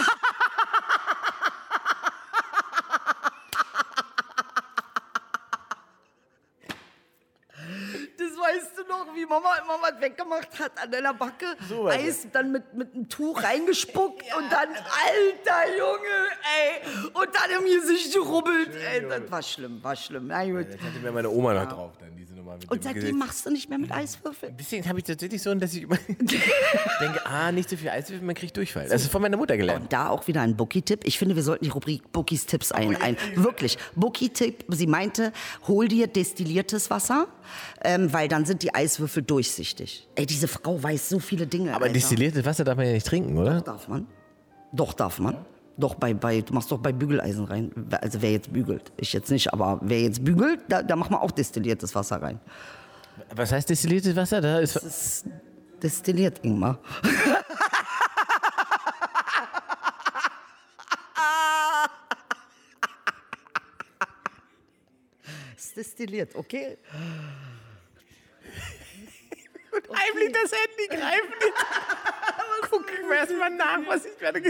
Weißt du noch, wie Mama immer was weggemacht hat an deiner Backe? So Eis dann mit einem Tuch reingespuckt und dann, alter Junge, ey, und dann im Gesicht gerubbelt. Ey, das war schlimm. Na gut. Jetzt hatte mir meine Oma noch drauf, dann diese Nummer mit Und seitdem machst du nicht mehr mit Eiswürfeln? Ein bisschen habe ich tatsächlich so, dass ich immer denke, nicht so viel Eiswürfel, man kriegt Durchfall. Das ist von meiner Mutter gelernt. Und da auch wieder ein Bookie-Tipp. Ich finde, wir sollten die Rubrik Bookies Tipps wirklich, Bookie-Tipp. Sie meinte, hol dir destilliertes Wasser, weil dann sind die Eiswürfel durchsichtig. Ey, diese Frau weiß so viele Dinge. Aber Alter. destilliertes Wasser darf man ja nicht trinken, oder? Doch, darf man. Doch, du machst doch bei Bügeleisen rein. Also wer jetzt bügelt. Ich jetzt nicht, aber wer jetzt bügelt, da macht man auch destilliertes Wasser rein. Was heißt destilliertes Wasser? Das ist destilliert, Ingmar. Es ist destilliert, okay? Und heimlich das Handy greifen. Gucken wir erstmal nach, was ich gerade...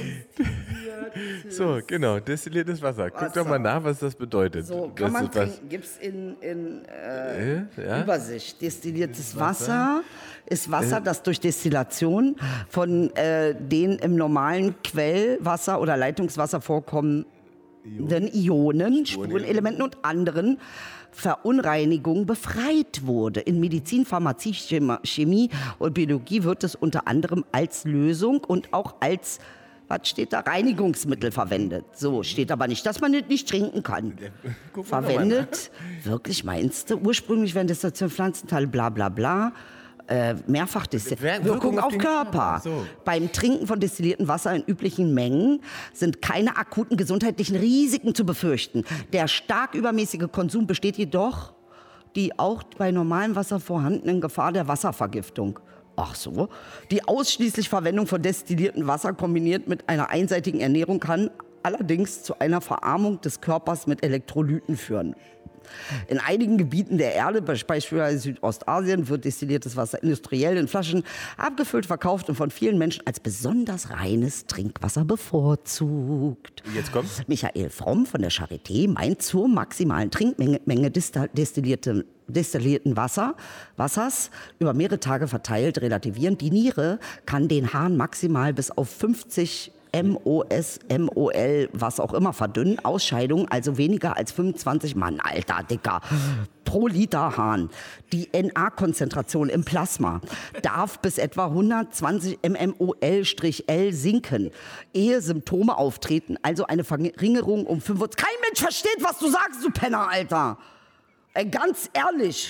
So, genau, destilliertes Wasser. Guck doch mal nach, was das bedeutet. So, kann man trinken. Gibt es in Übersicht. Destilliertes Wasser ist Wasser, das durch Destillation von den im normalen Quellwasser oder Leitungswasser vorkommenden Ionen, Spurenelementen und anderen Verunreinigungen befreit wurde. In Medizin, Pharmazie, Chemie und Biologie wird es unter anderem als Lösung und auch als, was steht da, Reinigungsmittel verwendet. So, steht aber nicht, dass man das nicht trinken kann. Verwendet, wirklich meinst du? Ursprünglich werden Destillation Pflanzenteile, bla bla bla. Mehrfach Wirkung auf Körper. So. Beim Trinken von destilliertem Wasser in üblichen Mengen sind keine akuten gesundheitlichen Risiken zu befürchten. Der stark übermäßige Konsum besteht jedoch die auch bei normalem Wasser vorhandenen Gefahr der Wasservergiftung. Ach so. Die ausschließliche Verwendung von destilliertem Wasser kombiniert mit einer einseitigen Ernährung kann allerdings zu einer Verarmung des Körpers mit Elektrolyten führen. In einigen Gebieten der Erde, beispielsweise Südostasien, wird destilliertes Wasser industriell in Flaschen abgefüllt, verkauft und von vielen Menschen als besonders reines Trinkwasser bevorzugt. Jetzt kommt's. Michael Fromm von der Charité meint, zur maximalen Trinkmenge destillierten Wassers über mehrere Tage verteilt relativieren. Die Niere kann den Hahn maximal bis auf 50 MOL, was auch immer, verdünnen. Ausscheidungen, also weniger als 25 Mann, alter Dicker, pro Liter Hahn. Die NA-Konzentration im Plasma darf bis etwa 120 mmol/L sinken, ehe Symptome auftreten. Also eine Verringerung um 25. Kein Mensch versteht, was du sagst, du Penner, Alter. Ganz ehrlich.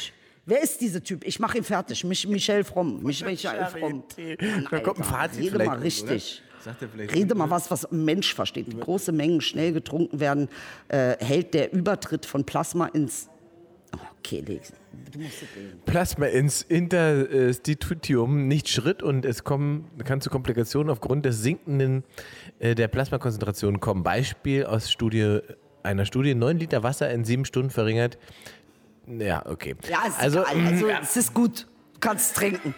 Wer ist dieser Typ? Ich mache ihn fertig. Michel Fromm. Michel Fromm. Da kommt ein Fazit Rede vielleicht. mal richtig. Sagt er vielleicht Rede mal was ein Mensch versteht. Wie große Mengen schnell getrunken werden, hält der Übertritt von Plasma ins... Okay, du musst es reden. Plasma ins Interstitium nicht Schritt und es kann zu Komplikationen aufgrund des sinkenden der Plasmakonzentration kommen. Beispiel aus einer Studie, 9 Liter Wasser in 7 Stunden verringert. Ja, okay. Ja, es ist egal. Also, es ist gut. Du kannst trinken.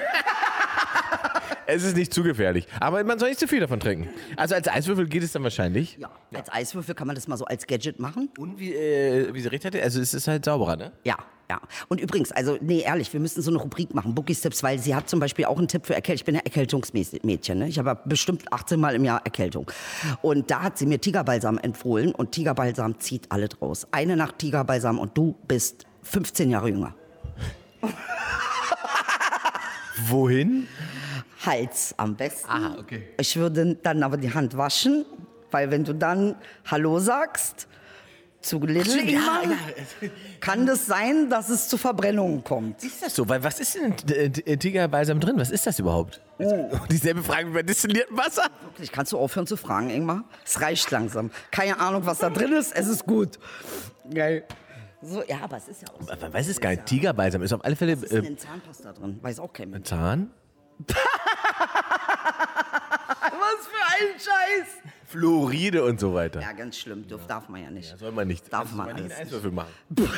Es ist nicht zu gefährlich, aber man soll nicht zu viel davon trinken. Also als Eiswürfel geht es dann wahrscheinlich. Ja, als Eiswürfel kann man das mal so als Gadget machen. Und wie sie recht hatte, also es ist halt sauberer, ne? Ja. Und übrigens, also, nee, ehrlich, wir müssen so eine Rubrik machen, Bookies Tipps, weil sie hat zum Beispiel auch einen Tipp für Erkältung. Ich bin ja Erkältungsmädchen, ne? Ich habe bestimmt 18 Mal im Jahr Erkältung. Und da hat sie mir Tigerbalsam empfohlen und Tigerbalsam zieht alle draus. Eine Nacht Tigerbalsam und du bist 15 Jahre jünger. Wohin? Hals am besten. Aha, okay. Ich würde dann aber die Hand waschen, weil wenn du dann Hallo sagst zu Little Ingmar, kann das sein, dass es zu Verbrennungen kommt. Ist das so? Weil was ist denn in Tigerbalsam drin? Was ist das überhaupt? Dieselbe Frage wie bei destilliertem Wasser. Wirklich, kannst du aufhören zu fragen, Ingmar? Es reicht langsam. Keine Ahnung, was da drin ist, es ist gut. Geil. So, ja, aber es ist ja auch so. Man weiß es gar nicht. Tigerbalsam ist auf alle Fälle... Was ist denn in Zahnpasta drin? Weiß auch kein Mensch. Zahn? Was für ein Scheiß! Fluoride und so weiter. Ja, ganz schlimm. Darf man ja nicht. Ja, soll man nicht. Darf man nicht alles einen Eiswürfel machen.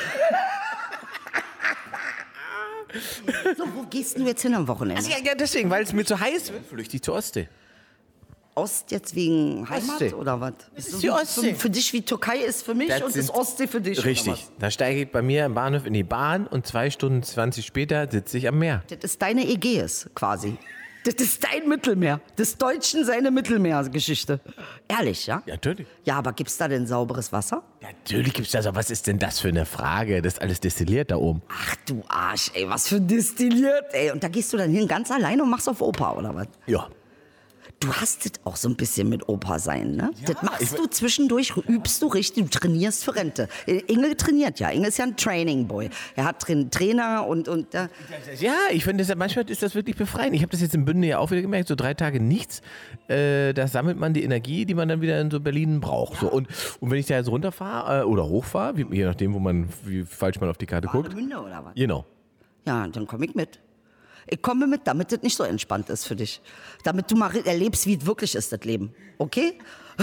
So, wo gehst du jetzt hin am Wochenende? Also ja, deswegen, weil es mir zu heiß wird, flüchte ich zur Ostsee. Ost jetzt wegen Heimat Ostsee. oder was? ist die Ostsee. Für dich wie Türkei ist für mich Das und ist sind- Ostsee für dich. Richtig. Oder Da steige ich bei mir im Bahnhof in die Bahn und 2 Stunden 20 später sitze ich am Meer. was? Das ist deine Ägäis quasi. Das ist dein Mittelmeer. Des Deutschen seine Mittelmeergeschichte. Ehrlich, ja? Ja, natürlich. Ja, aber gibt's da denn sauberes Wasser? Ja, natürlich gibt es das. Aber was ist denn das für eine Frage? Das ist alles destilliert da oben. Ach du Arsch, ey, was für destilliert, ey. Und da gehst du dann hin ganz alleine und machst auf Opa, oder was? Ja. Du hast das auch so ein bisschen mit Opa sein, ne? Das machst du zwischendurch, übst du richtig, du trainierst für Rente. Inge trainiert ja, Inge ist ja ein Training Boy. Er hat Trainer und Ja, ich finde, manchmal ist das wirklich befreiend. Ich habe das jetzt im Bünde ja auch wieder gemerkt, so 3 Tage nichts. Da sammelt man die Energie, die man dann wieder in so Berlin braucht. So, und wenn ich da jetzt runterfahre oder hochfahre, je nachdem, wie falsch man auf die Karte guckt. Warnemünde oder was? Genau. Ja, dann komme ich mit. Ich komme mit, damit das nicht so entspannt ist für dich. Damit du mal erlebst, wie es wirklich ist, das Leben. Okay?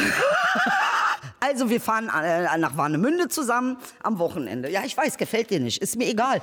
Also, wir fahren nach Warnemünde zusammen am Wochenende. Ja, ich weiß, gefällt dir nicht. Ist mir egal.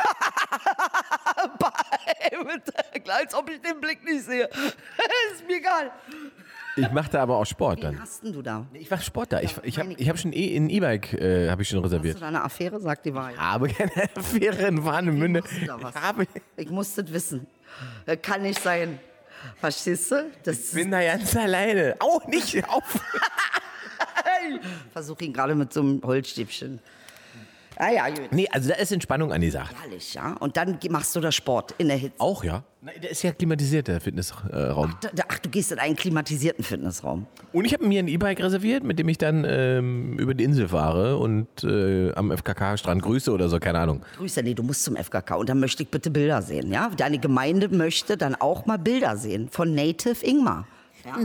Klar, als ob ich den Blick nicht sehe. Ist mir egal. Ich mache da aber auch Sport Wen dann. hast denn du da? Ich mache Sport da. Ich meine hab schon ein E-Bike habe ich schon Hast reserviert. du da eine Affäre? Sag die Wahrheit. Habe keine Affäre in Warnemünde. Machst du da was? Ich habe... Ich muss das wissen. Das kann nicht sein. Verstehst du? Ich bin da ganz alleine. Auch nicht auf. Versuch ihn gerade mit so einem Holzstäbchen. Ah ja, gut. Nee, also da ist Entspannung angesagt. Herrlich, ja. Und dann machst du da Sport in der Hitze. Auch, ja. Nein, der ist ja klimatisiert, der Fitnessraum. Ach, du gehst in einen klimatisierten Fitnessraum. Und ich habe mir ein E-Bike reserviert, mit dem ich dann über die Insel fahre und am FKK-Strand grüße oder so, keine Ahnung. Grüße, nee, du musst zum FKK und dann möchte ich bitte Bilder sehen, ja? Deine Gemeinde möchte dann auch mal Bilder sehen von Native Ingmar. Ja.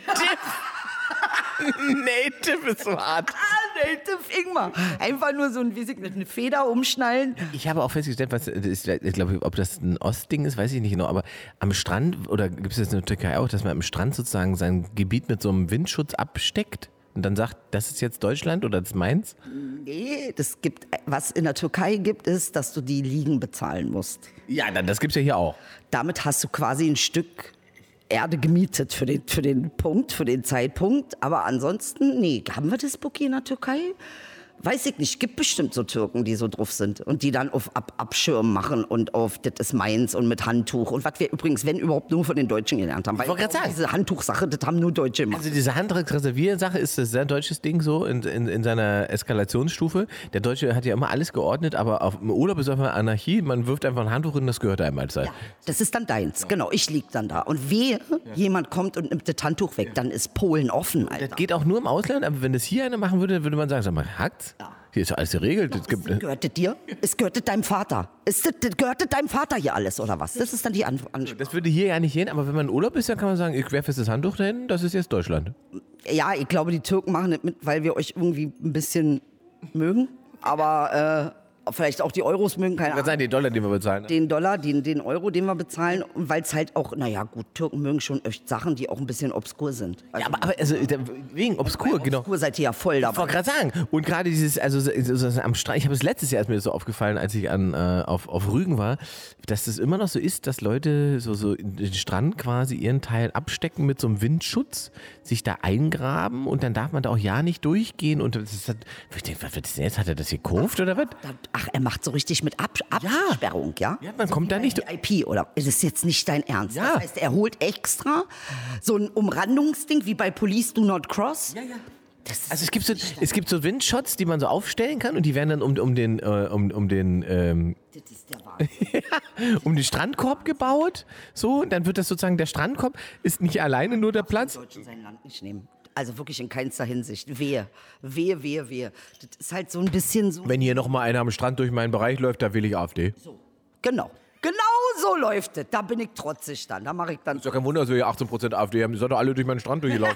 Native ist so hart. Native Ingmar. Einfach nur so eine Feder umschnallen. Ich habe auch festgestellt, ich glaube, ob das ein Ostding ist, weiß ich nicht genau, aber am Strand, oder gibt es das in der Türkei auch, dass man am Strand sozusagen sein Gebiet mit so einem Windschutz absteckt und dann sagt, das ist jetzt Deutschland oder das ist meins? Nee, was in der Türkei gibt, ist, dass du die Liegen bezahlen musst. Ja, dann, das gibt es ja hier auch. Damit hast du quasi ein Stück Erde gemietet für den Zeitpunkt. Aber ansonsten, nee, haben wir das Bookie in der Türkei? Weiß ich nicht, gibt bestimmt so Türken, die so drauf sind und die dann auf Abschirm machen und auf das ist meins und mit Handtuch und was wir übrigens, wenn überhaupt, nur von den Deutschen gelernt haben. Weil wollte gerade sagen. diese Handtuchsache, das haben nur Deutsche gemacht. Also diese Handreserviersache ist ein sehr deutsches Ding so in seiner Eskalationsstufe. Der Deutsche hat ja immer alles geordnet, aber im Urlaub ist einfach Anarchie. Man wirft einfach ein Handtuch hin, das gehört einem als Ja, das ist dann deins, genau, ich lieg dann da. Und wehe, jemand kommt und nimmt das Handtuch weg, dann ist Polen offen, Alter. Das geht auch nur im Ausland, aber wenn das hier einer machen würde, würde man sagen, sag mal, hackt's? Ja. Hier ist ja alles geregelt. Es gibt, Gehört das dir? Es gehört deinem Vater. Gehört das deinem Vater hier alles, oder was? Das ist dann die Ansprache. das würde hier ja nicht gehen, aber wenn man in Urlaub ist, dann kann man sagen, ich werfe jetzt das Handtuch dahin, das ist jetzt Deutschland. Ja, ich glaube, die Türken machen das mit, weil wir euch irgendwie ein bisschen mögen. Aber vielleicht auch die Euros mögen, keine Ich kann Ahnung. sagen, den Dollar, den wir bezahlen. Den Dollar, den Euro, den wir bezahlen, weil es halt auch, naja gut, Türken mögen schon echt Sachen, die auch ein bisschen obskur sind. Also, Ja, aber also, wegen obskur, genau. obskur seid ihr ja voll Ich dabei. wollte gerade sagen, und gerade dieses, also so am Strand, ich habe es letztes Jahr, ist mir das so aufgefallen, als ich auf Rügen war, dass es immer noch so ist, dass Leute so in den Strand quasi ihren Teil abstecken mit so einem Windschutz, sich da eingraben und dann darf man da auch ja nicht durchgehen und das ist, ich denke, was ist denn jetzt? Hat er das gekauft oder was? Ach, er macht so richtig mit Absperrung, ja? Ja, man kommt da nicht durch. IP, oder? Ist es jetzt nicht dein Ernst? Ja. Das heißt, er holt extra so ein Umrandungsding wie bei Police Do Not Cross. Ja. Das ist Also es gibt so Windshots, die man so aufstellen kann und die werden dann um den das ist der Wahnsinn. um den Strandkorb gebaut. So, dann wird das sozusagen, der Strandkorb ist nicht alleine nur der Platz. Die Deutschen sein Land nicht nehmen. Also wirklich in keinster Hinsicht. Wehe. Das ist halt so ein bisschen so. Wenn hier nochmal einer am Strand durch meinen Bereich läuft, da will ich AfD. Genau. Genau so läuft es. Da bin ich trotzig dann. Da mache ich dann. Ist doch kein Wunder, dass wir hier 18% AfD haben. Die sind doch alle durch meinen Strand durchgelaufen.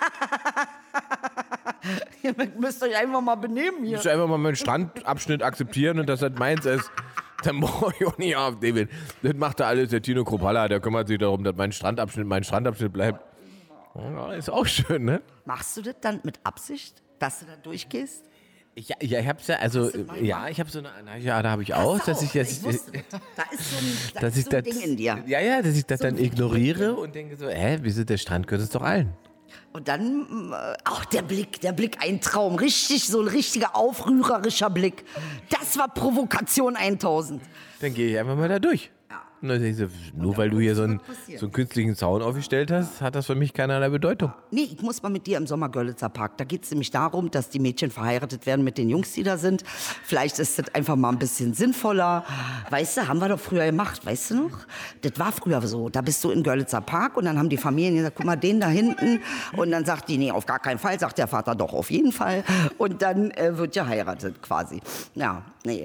Ihr müsst euch einfach mal benehmen hier. Ich muss einfach mal meinen Strandabschnitt akzeptieren und dass das meins ist. Dann brauche ich auch nicht AfD wählen. Das macht da alles der Tino Kropalla. Der kümmert sich darum, dass mein Strandabschnitt bleibt. Ja, ist auch schön, ne? Machst du das dann mit Absicht, dass du da durchgehst? Ich hab's ja, also, ja, ich habe so eine, ja, da habe ich auch, dass ich jetzt, wusste das. Da ist so ein, dass ich das, Ding in dir. ja, dass ich das So dann ein ignoriere und denke so, wieso der Strand gehört es doch allen. Und dann, auch der Blick, ein Traum. Richtig, so ein richtiger aufrührerischer Blick. Das war Provokation 1000. Dann gehe ich einfach mal da durch. Und dann denke ich so, nur weil du hier so einen künstlichen Zaun aufgestellt hast, hat das für mich keinerlei Bedeutung. Nee, ich muss mal mit dir im Sommergörlitzer Park. Da geht es nämlich darum, dass die Mädchen verheiratet werden mit den Jungs, die da sind. Vielleicht ist das einfach mal ein bisschen sinnvoller. Weißt du, haben wir doch früher gemacht, weißt du noch? Das war früher so. Da bist du im Görlitzer Park und dann haben die Familien gesagt, guck mal, den da hinten. Und dann sagt die, nee, auf gar keinen Fall. Sagt der Vater, doch, auf jeden Fall. Und dann wird geheiratet quasi. Ja.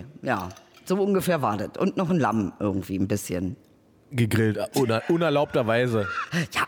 So ungefähr war das. Und noch ein Lamm irgendwie ein bisschen. Gegrillt, unerlaubterweise. Ja,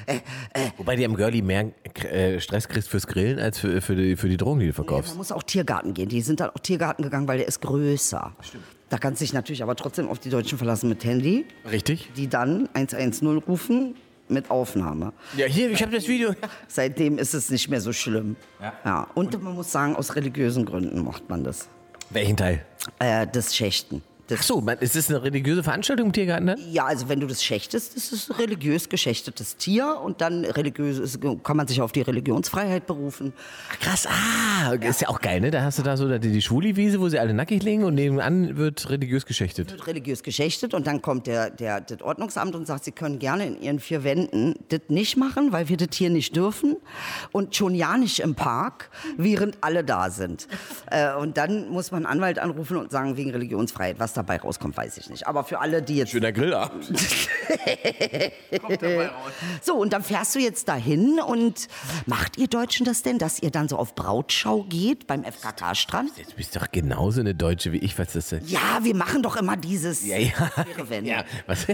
Wobei du am Girlie mehr Stress kriegst fürs Grillen als für die Drogen, die du man verkaufst. muss auch Tiergarten gehen. Die sind dann auch Tiergarten gegangen, weil der ist größer. Stimmt. Da kannst du dich natürlich aber trotzdem auf die Deutschen verlassen mit Handy, Richtig? die dann 110 rufen mit Aufnahme. Ja, hier, ich habe das Video. Seitdem ist es nicht mehr so schlimm. Ja. Und man muss sagen, aus religiösen Gründen macht man das. Welchen Teil? Das Schächten. Ach so, ist das eine religiöse Veranstaltung im Tiergarten dann? Ja, also wenn du das schächtest, ist es ein religiös geschächtetes Tier und dann kann man sich auf die Religionsfreiheit berufen. Ach, krass, ist ja auch geil, ne? Da hast du da so die Schwuli-Wiese, wo sie alle nackig liegen und nebenan wird religiös geschächtet. Wird religiös geschächtet und dann kommt das Ordnungsamt und sagt, sie können gerne in ihren 4 Wänden das nicht machen, weil wir das hier nicht dürfen und schon ja nicht im Park, während alle da sind. Und dann muss man einen Anwalt anrufen und sagen, wegen Religionsfreiheit. Was dabei rauskommt, weiß ich nicht. Aber für alle, die jetzt... Schöner Grillabend. Kommt dabei raus. So, und dann fährst du jetzt dahin und macht ihr Deutschen das denn, dass ihr dann so auf Brautschau geht beim FKK-Strand? Jetzt bist du doch genauso eine Deutsche wie ich, was ist das denn? Ja, wir machen doch immer dieses... Ja. Ja, was?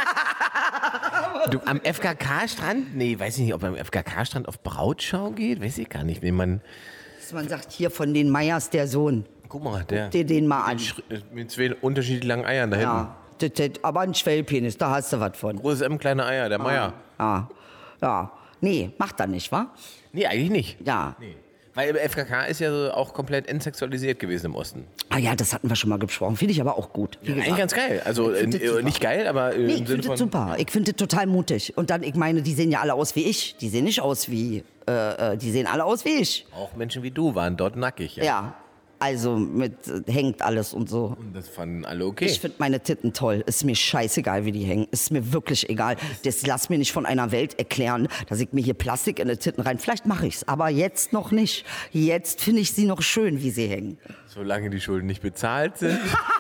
Du, am FKK-Strand? Nee, weiß ich nicht, ob man am FKK-Strand auf Brautschau geht. Weiß ich gar nicht, wie man... Man sagt hier von den Meyers der Sohn. Guck mal, der... Guck dir den mal an. Mit 2 unterschiedlich langen Eiern da hinten. Ja, aber ein Schwellpenis, da hast du was von. Großes M, kleine Eier, der Meier. Ja. Nee, macht er nicht, wa? Nee, eigentlich nicht. Ja. Nee. Weil FKK ist ja so auch komplett entsexualisiert gewesen im Osten. Ah ja, das hatten wir schon mal besprochen. Finde ich aber auch gut. Wie gesagt. Eigentlich ganz geil. Also nicht geil, aber Nee, im ich Sinne finde von... das super. Ich finde das total mutig. Und dann, ich meine, die sehen ja alle aus wie ich. Die sehen nicht aus wie... die sehen alle aus wie ich. Auch Menschen wie du waren dort nackig. Ja. Also mit hängt alles und so. Und das fanden alle okay. Ich finde meine Titten toll. Ist mir scheißegal, wie die hängen. Ist mir wirklich egal. Das lass mir nicht von einer Welt erklären, dass ich mir hier Plastik in die Titten rein... Vielleicht mache ich's, aber jetzt noch nicht. Jetzt finde ich sie noch schön, wie sie hängen. Solange die Schulden nicht bezahlt sind.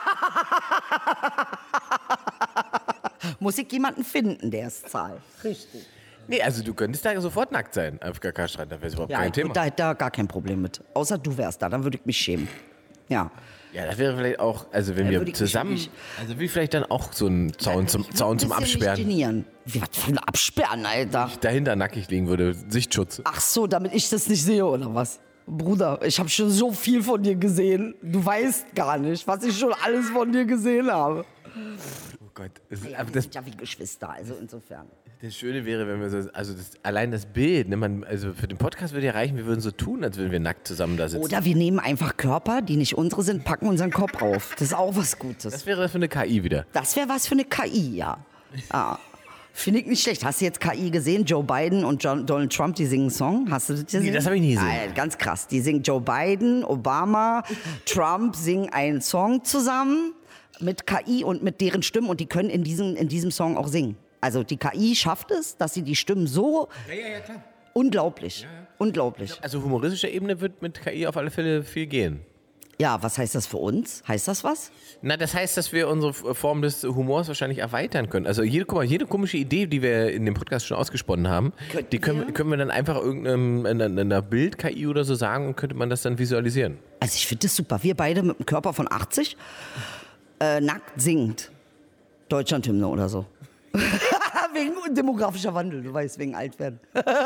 Muss ich jemanden finden, der es zahlt. Richtig. Nee, also du könntest da sofort nackt sein, FKK-Strand, da wäre überhaupt Ja, kein ich Thema. da hätte da gar kein Problem mit. Außer du wärst da, dann würde ich mich schämen. Ja. Ja, das wäre vielleicht auch, also wenn würde wir ich zusammen, mich also wie vielleicht dann auch so einen Zaun zum Absperren. Genieren. Wie, was für ein Absperren, Alter? Dahinter nackig liegen würde, Sichtschutz. Ach so, damit ich das nicht sehe, oder was? Bruder, ich habe schon so viel von dir gesehen. Du weißt gar nicht, was ich schon alles von dir gesehen habe. Oh Gott. Ja, Aber wir das, sind ja wie Geschwister, also insofern. das Schöne wäre, wenn wir so, also allein das Bild, ne, also für den Podcast würde ja reichen, wir würden so tun, als würden wir nackt zusammen da sitzen. Oder wir nehmen einfach Körper, die nicht unsere sind, packen unseren Kopf auf. Das ist auch was Gutes. Das wäre für eine KI wieder. Das wäre was für eine KI, ja. Finde ich nicht schlecht. Hast du jetzt KI gesehen? Joe Biden und Donald Trump, die singen einen Song. Hast du das gesehen? Nee, das habe ich nie gesehen. Ganz krass. Die singen Joe Biden, Obama, Trump singen einen Song zusammen mit KI und mit deren Stimmen und die können in diesem Song auch singen. Also die KI schafft es, dass sie die Stimmen so... Ja, klar. Unglaublich. Unglaublich. Also humoristischer Ebene wird mit KI auf alle Fälle viel gehen. Ja, was heißt das für uns? Heißt das was? Na, das heißt, dass wir unsere Form des Humors wahrscheinlich erweitern können. Also jede komische Idee, die wir in dem Podcast schon ausgesponnen haben, die können wir dann einfach irgendeiner Bild-KI oder so sagen und könnte man das dann visualisieren. Also ich finde das super. Wir beide mit einem Körper von 80 nackt singend. Deutschlandhymne oder so. Wegen demografischer Wandel, du weißt, wegen Altwerden.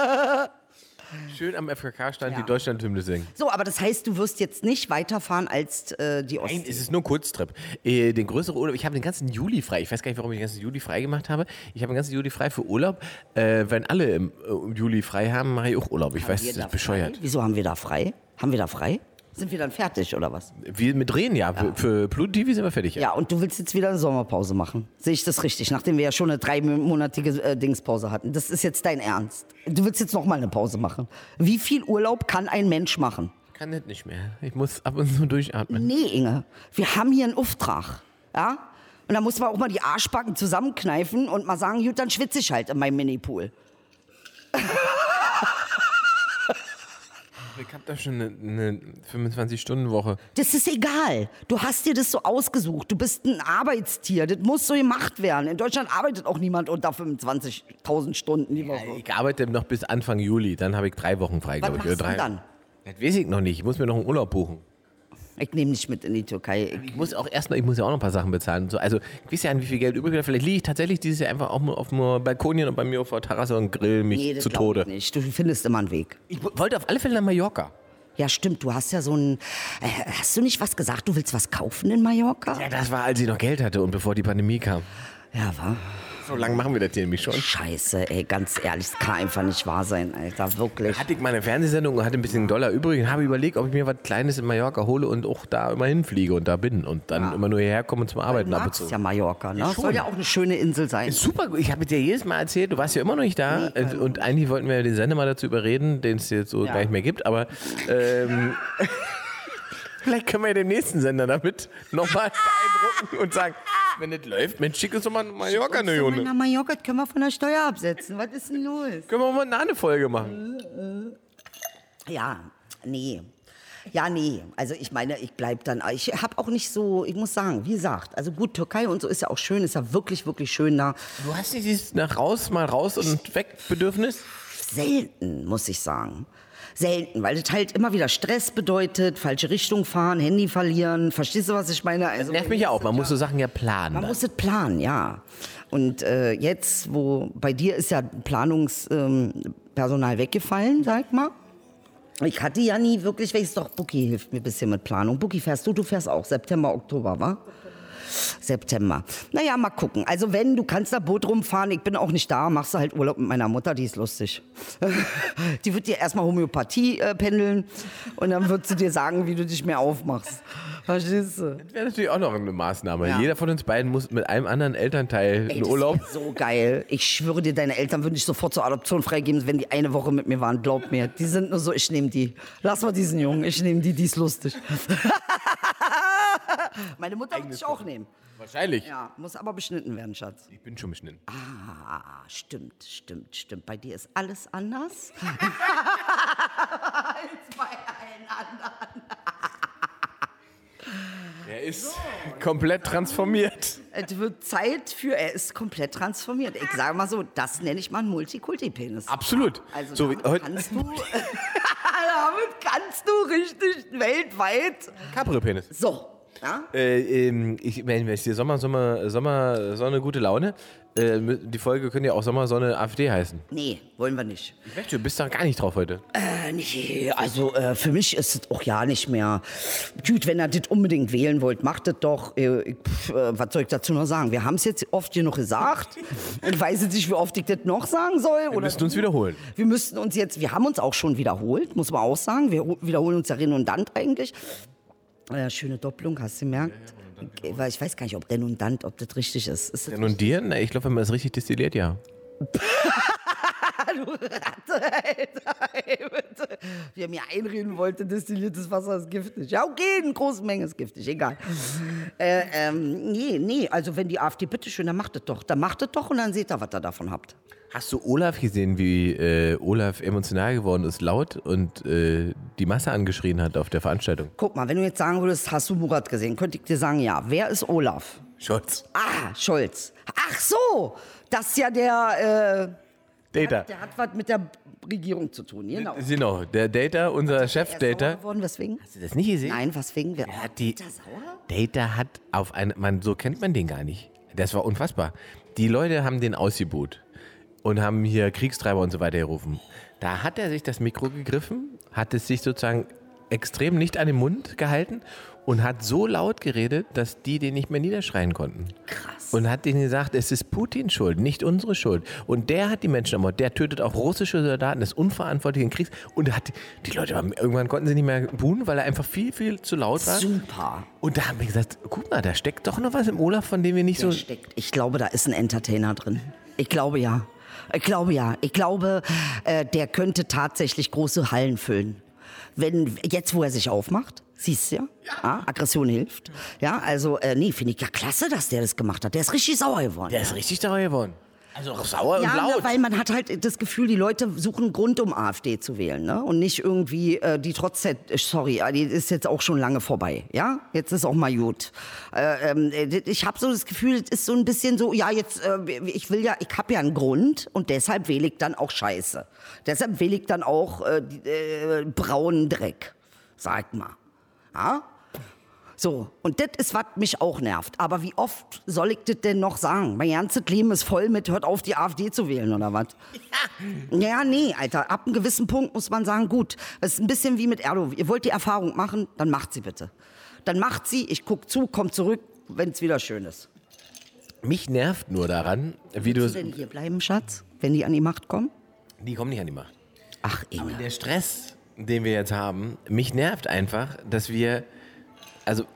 Schön am FKK-Stand Ja. die Deutschlandhymne singen. So, aber das heißt, du wirst jetzt nicht weiterfahren als die Ostsee. Nein, es ist nur ein Kurztrip. Den größeren Urlaub, ich habe den ganzen Juli frei. Ich weiß gar nicht, warum ich den ganzen Juli frei gemacht habe. Ich habe den ganzen Juli frei für Urlaub. Wenn alle im Juli frei haben, mache ich auch Urlaub. Ich weiß, das ist bescheuert. Wieso haben wir da frei? Haben wir da frei? Sind wir dann fertig oder was? Wir mit Drehen, ja. Für Pluto TV sind wir fertig. Ja, und du willst jetzt wieder eine Sommerpause machen. Sehe ich das richtig? Nachdem wir ja schon eine 3-monatige Dingspause hatten. Das ist jetzt dein Ernst. Du willst jetzt noch mal eine Pause machen. Wie viel Urlaub kann ein Mensch machen? Kann das nicht mehr. Ich muss ab und zu durchatmen. Nee, Inge. Wir haben hier einen Auftrag. Ja? Und da muss man auch mal die Arschbacken zusammenkneifen und mal sagen, gut, dann schwitze ich halt in meinem Minipool. Ich habe da schon eine 25-Stunden-Woche. Das ist egal. Du hast dir das so ausgesucht. Du bist ein Arbeitstier. Das muss so gemacht werden. In Deutschland arbeitet auch niemand unter 25.000 Stunden die Woche. Ich arbeite noch bis Anfang Juli. Dann habe ich 3 Wochen frei, Was glaube ich. machst du Oder 3. dann? Das weiß ich noch nicht. Ich muss mir noch einen Urlaub buchen. Ich nehme dich mit in die Türkei. Ich muss ja auch noch ein paar Sachen bezahlen. Und so. Also, ich weiß ja nicht, wie viel Geld übrig ist. Vielleicht liege ich tatsächlich dieses Jahr einfach auch mal auf dem Balkonien und bei mir auf der Terrasse und grill mich Nee, das zu glaub ich Tode. nicht. Du findest immer einen Weg. Ich wollte auf alle Fälle nach Mallorca. Ja, stimmt. Du hast ja so ein... hast du nicht was gesagt? Du willst was kaufen in Mallorca? Ja, das war, als ich noch Geld hatte und bevor die Pandemie kam. Ja, wa? So lange machen wir das hier nämlich schon. Scheiße, ey, ganz ehrlich, das kann einfach nicht wahr sein, Alter, wirklich. Hatte ich meine Fernsehsendung und hatte ein bisschen Dollar übrig und habe überlegt, ob ich mir was Kleines in Mallorca hole und auch da immer hinfliege und da bin und dann immer nur hierher komme zum Arbeiten Du ab und magst zu. ja Mallorca, ne? schon. Soll ja auch eine schöne Insel sein. Ist super gut. Ich habe dir jedes Mal erzählt, du warst ja immer noch nicht da und eigentlich wollten wir den Sender mal dazu überreden, den es jetzt so gar nicht mehr gibt, aber vielleicht können wir ja den nächsten Sender damit nochmal beeindrucken und sagen, wenn das läuft, Mensch, schick uns doch mal Mallorca eine Runde. Nach Mallorca können wir von der Steuer absetzen. Was ist denn los? Können wir mal eine Folge machen. Ja, nee. Ja, nee. Also ich meine, ich bleib dann. Ich habe auch nicht so, ich muss sagen, wie gesagt, also gut, Türkei und so ist ja auch schön, ist ja wirklich, wirklich schön da. Du hast nicht dieses mal raus und weg Bedürfnis? Selten, muss ich sagen. Selten, weil das halt immer wieder Stress bedeutet, falsche Richtung fahren, Handy verlieren. Verstehst du, was ich meine? Also, Nervt mich ja auch. Man muss so Sachen ja planen. Man muss das planen, ja. Und jetzt, wo bei dir ist ja Planungspersonal weggefallen, sag mal. Ich hatte ja nie wirklich, welches doch, Buki hilft mir ein bisschen mit Planung. Buki, fährst du fährst auch September, Oktober, wa? September. Naja, mal gucken. Also wenn, du kannst da Boot rumfahren, ich bin auch nicht da, machst du halt Urlaub mit meiner Mutter, die ist lustig. Die wird dir erstmal Homöopathie pendeln und dann wird sie dir sagen, wie du dich mehr aufmachst. Verstehst du? Das wäre natürlich auch noch eine Maßnahme. Ja. Jeder von uns beiden muss mit einem anderen Elternteil einen Das Urlaub. wär so geil. Ich schwöre dir, deine Eltern würden dich sofort zur Adoption freigeben, wenn die eine Woche mit mir waren. Glaub mir. Die sind nur so, ich nehme die. Lass mal diesen Jungen, ich nehme die ist lustig. Meine Mutter würde ich auch nehmen. Wahrscheinlich. Ja, muss aber beschnitten werden, Schatz. Ich bin schon beschnitten. Ah, stimmt. Bei dir ist alles anders. Als bei allen anderen. Er ist komplett transformiert. Es wird Zeit für, er ist komplett transformiert. Ich sage mal so, das nenne ich mal einen Multikulti-Penis. Absolut. Also So, damit, heute- kannst du richtig weltweit. Caprio-Penis. So, ja? Ich meine, wenn es hier Sommer, Sonne, gute Laune. Die Folge könnte ja auch Sommer, Sonne, AfD heißen. Nee, wollen wir nicht. Ich möchte, du bist da gar nicht drauf heute. Nee, also für mich ist es auch ja nicht mehr. Gut, wenn ihr das unbedingt wählen wollt, macht das doch. Was soll ich dazu noch sagen? Wir haben es jetzt oft hier noch gesagt. Ich weiß jetzt nicht, wie oft ich das noch sagen soll. Wir müssen uns wiederholen. Wir haben uns auch schon wiederholt, muss man auch sagen. Wir wiederholen uns ja redundant eigentlich. Schöne Doppelung, hast du gemerkt? Weil ich weiß gar nicht, ob redundant, ob das richtig ist. Ist das Renundieren? Ich glaube, wenn man das richtig destilliert, ja. Du Ratte, Alter, ey, bitte. Wer mir einreden wollte, destilliertes Wasser ist giftig. Ja, okay, in großen Mengen ist giftig, egal. Nee, also wenn die AfD, bitteschön, dann macht es doch. Dann macht es doch und dann seht ihr, was ihr davon habt. Hast du Olaf gesehen, wie Olaf emotional geworden ist, laut und die Masse angeschrien hat auf der Veranstaltung? Guck mal, wenn du jetzt sagen würdest, hast du Murat gesehen, könnte ich dir sagen, ja. Wer ist Olaf? Scholz. Ah, Scholz. Ach so, das ist ja der Data. hat was mit der Regierung zu tun, genau. Genau, der Data, unser Er Chef ist Data. sauer geworden, weswegen? Hast du das nicht gesehen? Nein, weswegen? Er hat die, Ist er sauer? Data hat auf eine, so kennt man den gar nicht. Das war unfassbar. Die Leute haben den ausgebuht und haben hier Kriegstreiber und so weiter gerufen. Da hat er sich das Mikro gegriffen, hat es sich sozusagen extrem nicht an den Mund gehalten und hat so laut geredet, dass die den nicht mehr niederschreien konnten. Krass. Und hat denen gesagt, es ist Putins Schuld, nicht unsere Schuld. Und der hat die Menschen ermordet, der tötet auch russische Soldaten, ist unverantwortlich im Krieg. Und hat die Leute, irgendwann konnten sie nicht mehr buhen, weil er einfach viel, viel zu laut war. Super. Und da haben wir gesagt, guck mal, da steckt doch noch was im Olaf, von dem wir nicht so... Ich glaube, da ist ein Entertainer drin. Ich glaube ja. Ich glaube, der könnte tatsächlich große Hallen füllen. Wenn, jetzt, wo er sich aufmacht, siehst du ja, Aggression hilft. Ja, also, nee, finde ich ja klasse, dass der das gemacht hat. Der ist richtig sauer geworden. Der ist richtig sauer geworden. Also auch sauer und Ja, laut. weil man hat halt das Gefühl, die Leute suchen einen Grund, um AfD zu wählen, ne? Und nicht irgendwie die die ist jetzt auch schon lange vorbei, ja? Jetzt ist auch mal gut. Ich habe so das Gefühl, es ist so ein bisschen so, ja, jetzt, ich habe ja einen Grund und deshalb wähle ich dann auch Scheiße. Deshalb wähle ich dann auch braunen Dreck, sagt mal. Ja? So, und das ist, was mich auch nervt. Aber wie oft soll ich das denn noch sagen? Mein ganzes Leben ist voll mit, hört auf, die AfD zu wählen, oder was? Ja, nee, Alter, ab einem gewissen Punkt muss man sagen, gut, das ist ein bisschen wie mit Erdogan. Ihr wollt die Erfahrung machen, dann macht sie bitte. Dann macht sie, ich guck zu, komm zurück, wenn es wieder schön ist. Mich nervt nur daran, wie du... Willst du denn hier bleiben, Schatz, wenn die an die Macht kommen? Die kommen nicht an die Macht. Ach, Inge. Der Stress, den wir jetzt haben, mich nervt einfach, dass wir, also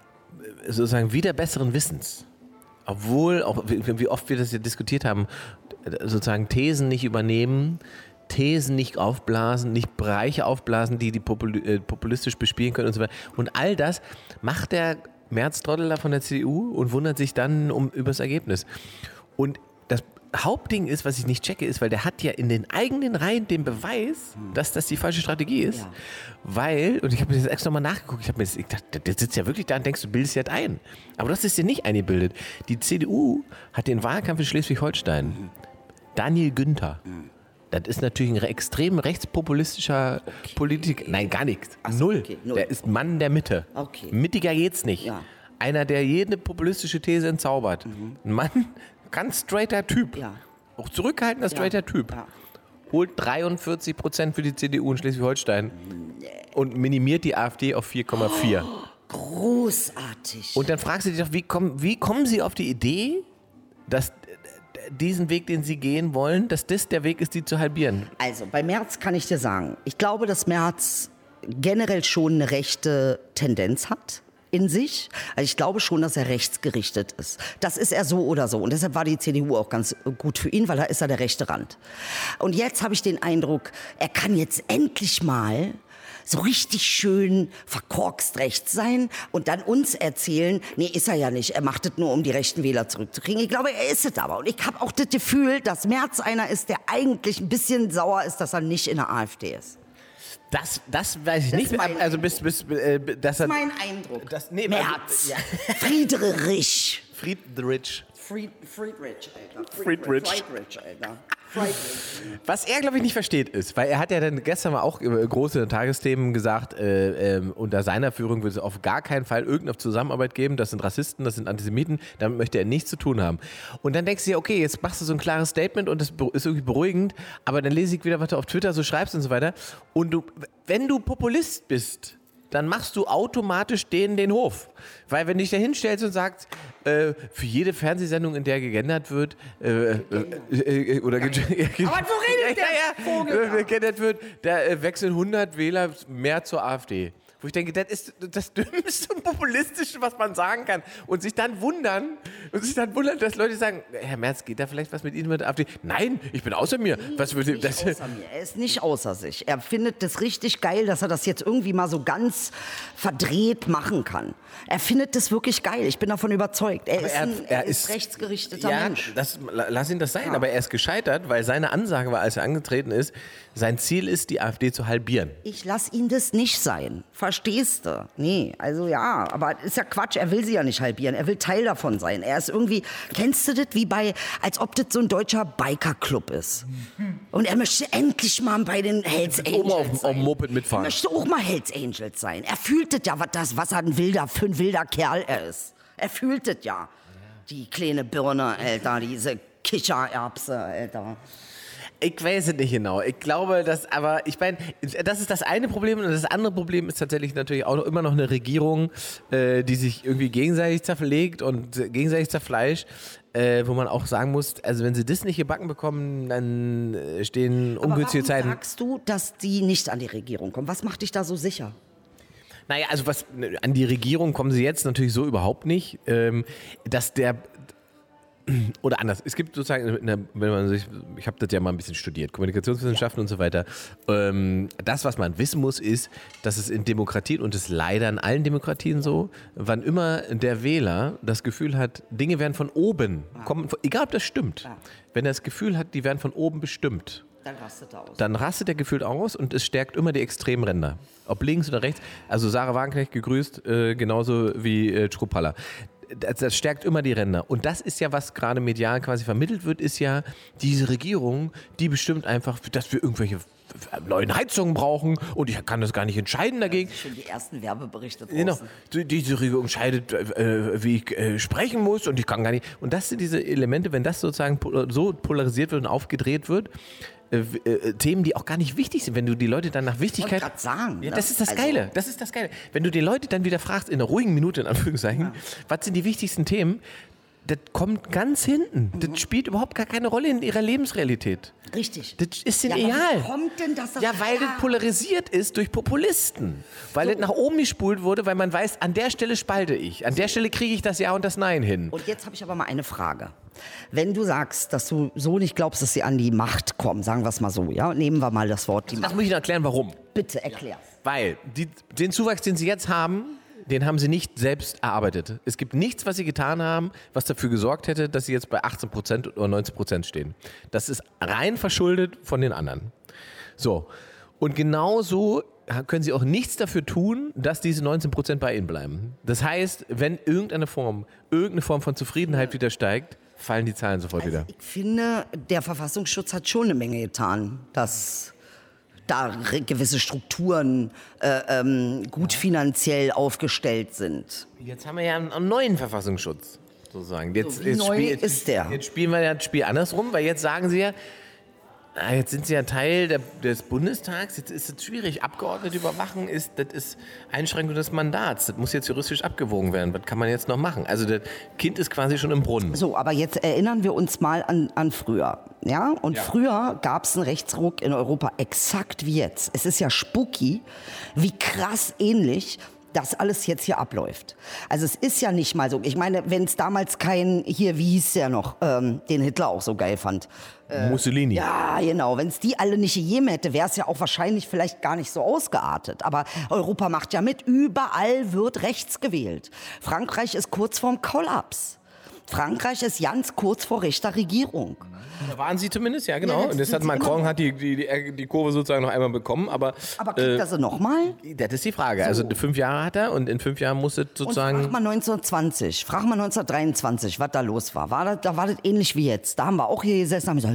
sozusagen wieder besseren Wissens, obwohl, auch wie oft wir das ja diskutiert haben, sozusagen Thesen nicht übernehmen, Thesen nicht aufblasen, nicht Bereiche aufblasen, die populistisch bespielen können und so weiter. Und all das macht der Merz-Trottel da von der CDU und wundert sich dann über das Ergebnis. Und das Hauptding ist, was ich nicht checke, ist, weil der hat ja in den eigenen Reihen den Beweis, dass das die falsche Strategie ist. Ja. Weil, und ich habe mir das extra nochmal nachgeguckt, ich dachte, der sitzt ja wirklich da und denkst, du bildest ja ein. Aber du hast es dir nicht eingebildet. Die CDU hat den Wahlkampf in Schleswig-Holstein. Daniel Günther. Das ist natürlich ein extrem rechtspopulistischer Politiker. Nein, gar nichts. So, null. Null. Der ist Mann der Mitte. Okay. Mittiger geht's nicht. Ja. Einer, der jede populistische These entzaubert. Ein Mann, ganz straighter Typ. Ja. Auch zurückhaltender straighter Typ. Ja. Holt 43% für die CDU in Schleswig-Holstein und minimiert die AfD auf 4,4. Oh, großartig. Und dann fragst du dich doch, wie kommen Sie auf die Idee, dass diesen Weg, den Sie gehen wollen, dass das der Weg ist, die zu halbieren? Also, bei Merz kann ich dir sagen, ich glaube, dass Merz generell schon eine rechte Tendenz hat in sich. Also ich glaube schon, dass er rechtsgerichtet ist. Das ist er so oder so. Und deshalb war die CDU auch ganz gut für ihn, weil da ist er der rechte Rand. Und jetzt habe ich den Eindruck, er kann jetzt endlich mal so richtig schön verkorkst rechts sein und dann uns erzählen, nee, ist er ja nicht, er macht es nur, um die rechten Wähler zurückzukriegen. Ich glaube, er ist es aber. Und ich habe auch das Gefühl, dass Merz einer ist, der eigentlich ein bisschen sauer ist, dass er nicht in der AfD ist. Das weiß ich nicht. Das ist mein Eindruck. Nee, Merz. Friedrich. Friedrich, Alter. Friedrich. Alter. Was er, glaube ich, nicht versteht ist, weil er hat ja dann gestern mal auch große Tagesthemen gesagt, unter seiner Führung wird es auf gar keinen Fall irgendeine Zusammenarbeit geben, das sind Rassisten, das sind Antisemiten, damit möchte er nichts zu tun haben. Und dann denkst du dir, okay, jetzt machst du so ein klares Statement und das ist irgendwie beruhigend, aber dann lese ich wieder, was du auf Twitter so schreibst und so weiter. Und wenn du Populist bist, dann machst du automatisch denen den Hof. Weil wenn du dich da hinstellst und sagst, für jede Fernsehsendung, in der gegendert wird, oder aber so redet der Vogel gegendert wird, da wechseln 100 Wähler mehr zur AfD. Wo ich denke, das ist das Dümmste und Populistische, was man sagen kann. Und sich dann wundern, dass Leute sagen, Herr Merz, geht da vielleicht was mit Ihnen mit der AfD? Nein, ich bin außer mir. Was will das? Außer mir. Er ist nicht außer sich. Er findet das richtig geil, dass er das jetzt irgendwie mal so ganz verdreht machen kann. Er findet das wirklich geil. Ich bin davon überzeugt. Er ist rechtsgerichteter Mensch. Lass ihn das sein. Ja. Aber er ist gescheitert, weil seine Ansage war, als er angetreten ist, sein Ziel ist, die AfD zu halbieren. Ich lass ihn das nicht sein. Verstehst du? Nee, also ja, aber ist ja Quatsch, er will sie ja nicht halbieren, er will Teil davon sein. Er ist irgendwie, kennst du das, als ob das so ein deutscher Biker-Club ist. Und er möchte endlich mal bei den Hells Angels sein. Auf dem Moped mitfahren. Er möchte auch mal Hells Angels sein. Er fühlt das ja, was er für ein wilder Kerl er ist. Er fühlt das ja. Die kleine Birne, Alter, diese Kichererbse, Alter. Ich weiß es nicht genau. Ich glaube, das ist das eine Problem. Und das andere Problem ist tatsächlich natürlich auch immer noch eine Regierung, die sich irgendwie gegenseitig zerlegt und gegenseitig zerfleischt. Wo man auch sagen muss, also wenn sie das nicht gebacken bekommen, dann stehen ungünstige Zeiten. Warum sagst du, dass die nicht an die Regierung kommen? Was macht dich da so sicher? Naja, also an die Regierung kommen sie jetzt natürlich so überhaupt nicht, dass oder anders, es gibt sozusagen, ich habe das ja mal ein bisschen studiert, Kommunikationswissenschaften und so weiter. Das, was man wissen muss, ist, dass es in Demokratien und es ist leider in allen Demokratien so, wann immer der Wähler das Gefühl hat, Dinge werden von oben, egal ob das stimmt, wenn er das Gefühl hat, die werden von oben bestimmt, dann rastet er gefühlt aus und es stärkt immer die extremen Ränder. Ob links oder rechts. Also Sarah Wagenknecht gegrüßt, genauso wie Schruppalla. Das stärkt immer die Ränder. Und das ist ja, was gerade medial quasi vermittelt wird, ist ja diese Regierung, die bestimmt einfach, dass wir irgendwelche neuen Heizungen brauchen und ich kann das gar nicht entscheiden dagegen. Schon die ersten Werbeberichte draußen. Genau. Diese Regierung entscheidet, wie ich sprechen muss und ich kann gar nicht. Und das sind diese Elemente, wenn das sozusagen so polarisiert wird und aufgedreht wird, Themen, die auch gar nicht wichtig sind, wenn du die Leute dann nach Wichtigkeit... Ich wollte gerade sagen. Ja, das ist das Geile, das ist das Geile. Wenn du die Leute dann wieder fragst, in einer ruhigen Minute in Anführungszeichen, was sind die wichtigsten Themen, das kommt ganz hinten. Das spielt überhaupt gar keine Rolle in ihrer Lebensrealität. Richtig. Das ist denen egal. Wie kommt denn das? Ja, weil das polarisiert ist durch Populisten. Weil das nach oben gespult wurde, weil man weiß, an der Stelle spalte ich. An der Stelle kriege ich das Ja und das Nein hin. Und jetzt habe ich aber mal eine Frage. Wenn du sagst, dass du so nicht glaubst, dass sie an die Macht kommen, sagen wir es mal so, ja, nehmen wir mal das Wort die Macht. Das muss ich noch erklären, warum. Bitte erklär's. Weil den Zuwachs, den sie jetzt haben, den haben sie nicht selbst erarbeitet. Es gibt nichts, was sie getan haben, was dafür gesorgt hätte, dass sie jetzt bei 18% oder 19% stehen. Das ist rein verschuldet von den anderen. So. Und genauso können sie auch nichts dafür tun, dass diese 19% bei ihnen bleiben. Das heißt, wenn irgendeine Form von Zufriedenheit wieder steigt, fallen die Zahlen sofort wieder. Ich finde, der Verfassungsschutz hat schon eine Menge getan, dass da gewisse Strukturen gut finanziell aufgestellt sind. Jetzt haben wir ja einen neuen Verfassungsschutz, sozusagen. Wie neu ist der? Jetzt spielen wir ja das Spiel andersrum, weil jetzt sagen sie ja, jetzt sind sie ja Teil des Bundestags, jetzt ist es schwierig. Abgeordnete überwachen, das ist Einschränkung des Mandats. Das muss jetzt juristisch abgewogen werden. Was kann man jetzt noch machen? Also das Kind ist quasi schon im Brunnen. So, aber jetzt erinnern wir uns mal an früher. Ja? Und früher gab es einen Rechtsruck in Europa exakt wie jetzt. Es ist ja spooky, wie krass ähnlich das alles jetzt hier abläuft. Also es ist ja nicht mal so, ich meine, wenn es damals wie hieß der noch, den Hitler auch so geil fand. Mussolini. Ja, genau. Wenn es die alle nicht gegeben hätte, wäre es ja auch wahrscheinlich vielleicht gar nicht so ausgeartet. Aber Europa macht ja mit, überall wird rechts gewählt. Frankreich ist kurz vorm Kollaps. Frankreich ist ganz kurz vor rechter Regierung. Da waren sie zumindest, ja genau. Ja, und jetzt hat Macron die Kurve sozusagen noch einmal bekommen. Aber kriegt er sie nochmal? das ist die Frage. So. Also 5 Jahre hat er und in 5 Jahren muss es sozusagen... Und frag mal 1920, frag mal 1923, was da los war. Da war das ähnlich wie jetzt. Da haben wir auch hier gesessen, haben gesagt,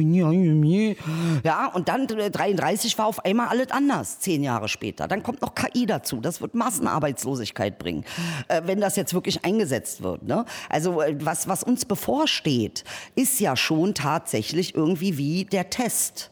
ja, und dann 33 war auf einmal alles anders, 10 Jahre später. Dann kommt noch KI dazu. Das wird Massenarbeitslosigkeit bringen, wenn das jetzt wirklich eingesetzt wird. Ne? Also was uns bevorsteht, ist ja schon tatsächlich irgendwie wie der Test.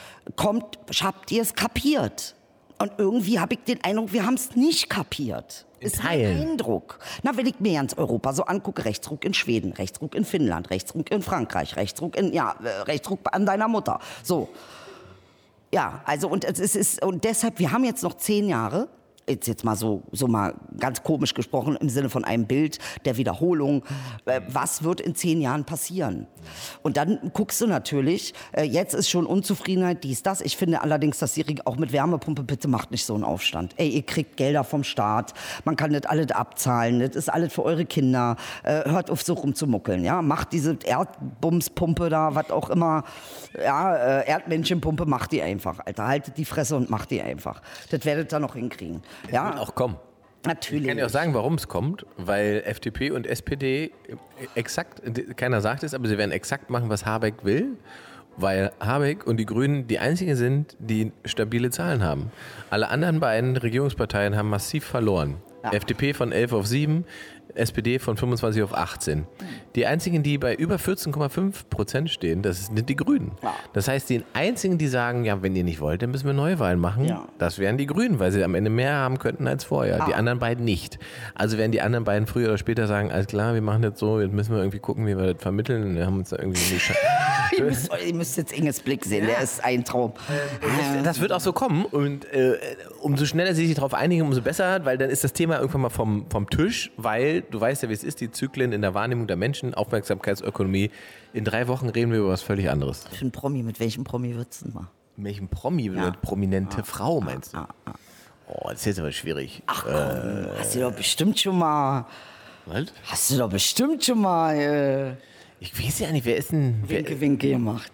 Habt ihr es kapiert? Und irgendwie habe ich den Eindruck, wir haben es nicht kapiert. Ist mein Eindruck. Na, wenn ich mir ganz Europa so angucke, Rechtsruck in Schweden, Rechtsruck in Finnland, Rechtsruck in Frankreich, Rechtsruck an deiner Mutter. So. Ja, also und deshalb, wir haben jetzt noch 10 Jahre, jetzt mal so mal ganz komisch gesprochen, im Sinne von einem Bild der Wiederholung, was wird in 10 Jahren passieren? Und dann guckst du natürlich, jetzt ist schon Unzufriedenheit, dies, das. Ich finde allerdings, dass die auch mit Wärmepumpe, bitte macht nicht so einen Aufstand. Ey, ihr kriegt Gelder vom Staat, man kann das alles abzahlen, das ist alles für eure Kinder. Hört auf, so rumzumuckeln, ja. Macht diese Erdbumspumpe da, was auch immer, ja, Erdmännchenpumpe, macht die einfach, Alter. Haltet die Fresse und macht die einfach. Das werdet ihr noch hinkriegen. Ja, wird auch kommen. Natürlich. Ich kann ja auch sagen, warum es kommt, weil FDP und SPD exakt, keiner sagt es, aber sie werden exakt machen, was Habeck will, weil Habeck und die Grünen die einzigen sind, die stabile Zahlen haben. Alle anderen beiden Regierungsparteien haben massiv verloren. Ja. FDP von 11 auf 7, SPD von 25 auf 18. Die einzigen, die bei über 14,5% stehen, das sind die Grünen. Ja. Das heißt, die einzigen, die sagen, ja, wenn ihr nicht wollt, dann müssen wir Neuwahlen machen, das wären die Grünen, weil sie am Ende mehr haben könnten als vorher. Ja. Die anderen beiden nicht. Also werden die anderen beiden früher oder später sagen, alles klar, wir machen das so, jetzt müssen wir irgendwie gucken, wie wir das vermitteln. Wir haben uns da irgendwie nicht ihr müsst jetzt Inges Blick sehen, der ist ein Traum. Das wird auch so kommen und umso schneller sie sich darauf einigen, umso besser, weil dann ist das Thema irgendwann mal vom Tisch, weil du weißt ja, wie es ist, die Zyklen in der Wahrnehmung der Menschen, Aufmerksamkeitsökonomie. In 3 Wochen reden wir über was völlig anderes. Für einen Promi, mit welchem Promi würdest du mal? Mit welchem Promi? Ja. Eine prominente Frau, meinst du? Oh, das ist jetzt aber schwierig. Ach komm, hast du doch bestimmt schon mal... Was? Hast du doch bestimmt schon mal... Ich weiß ja nicht, wer ist denn... Winke gemacht.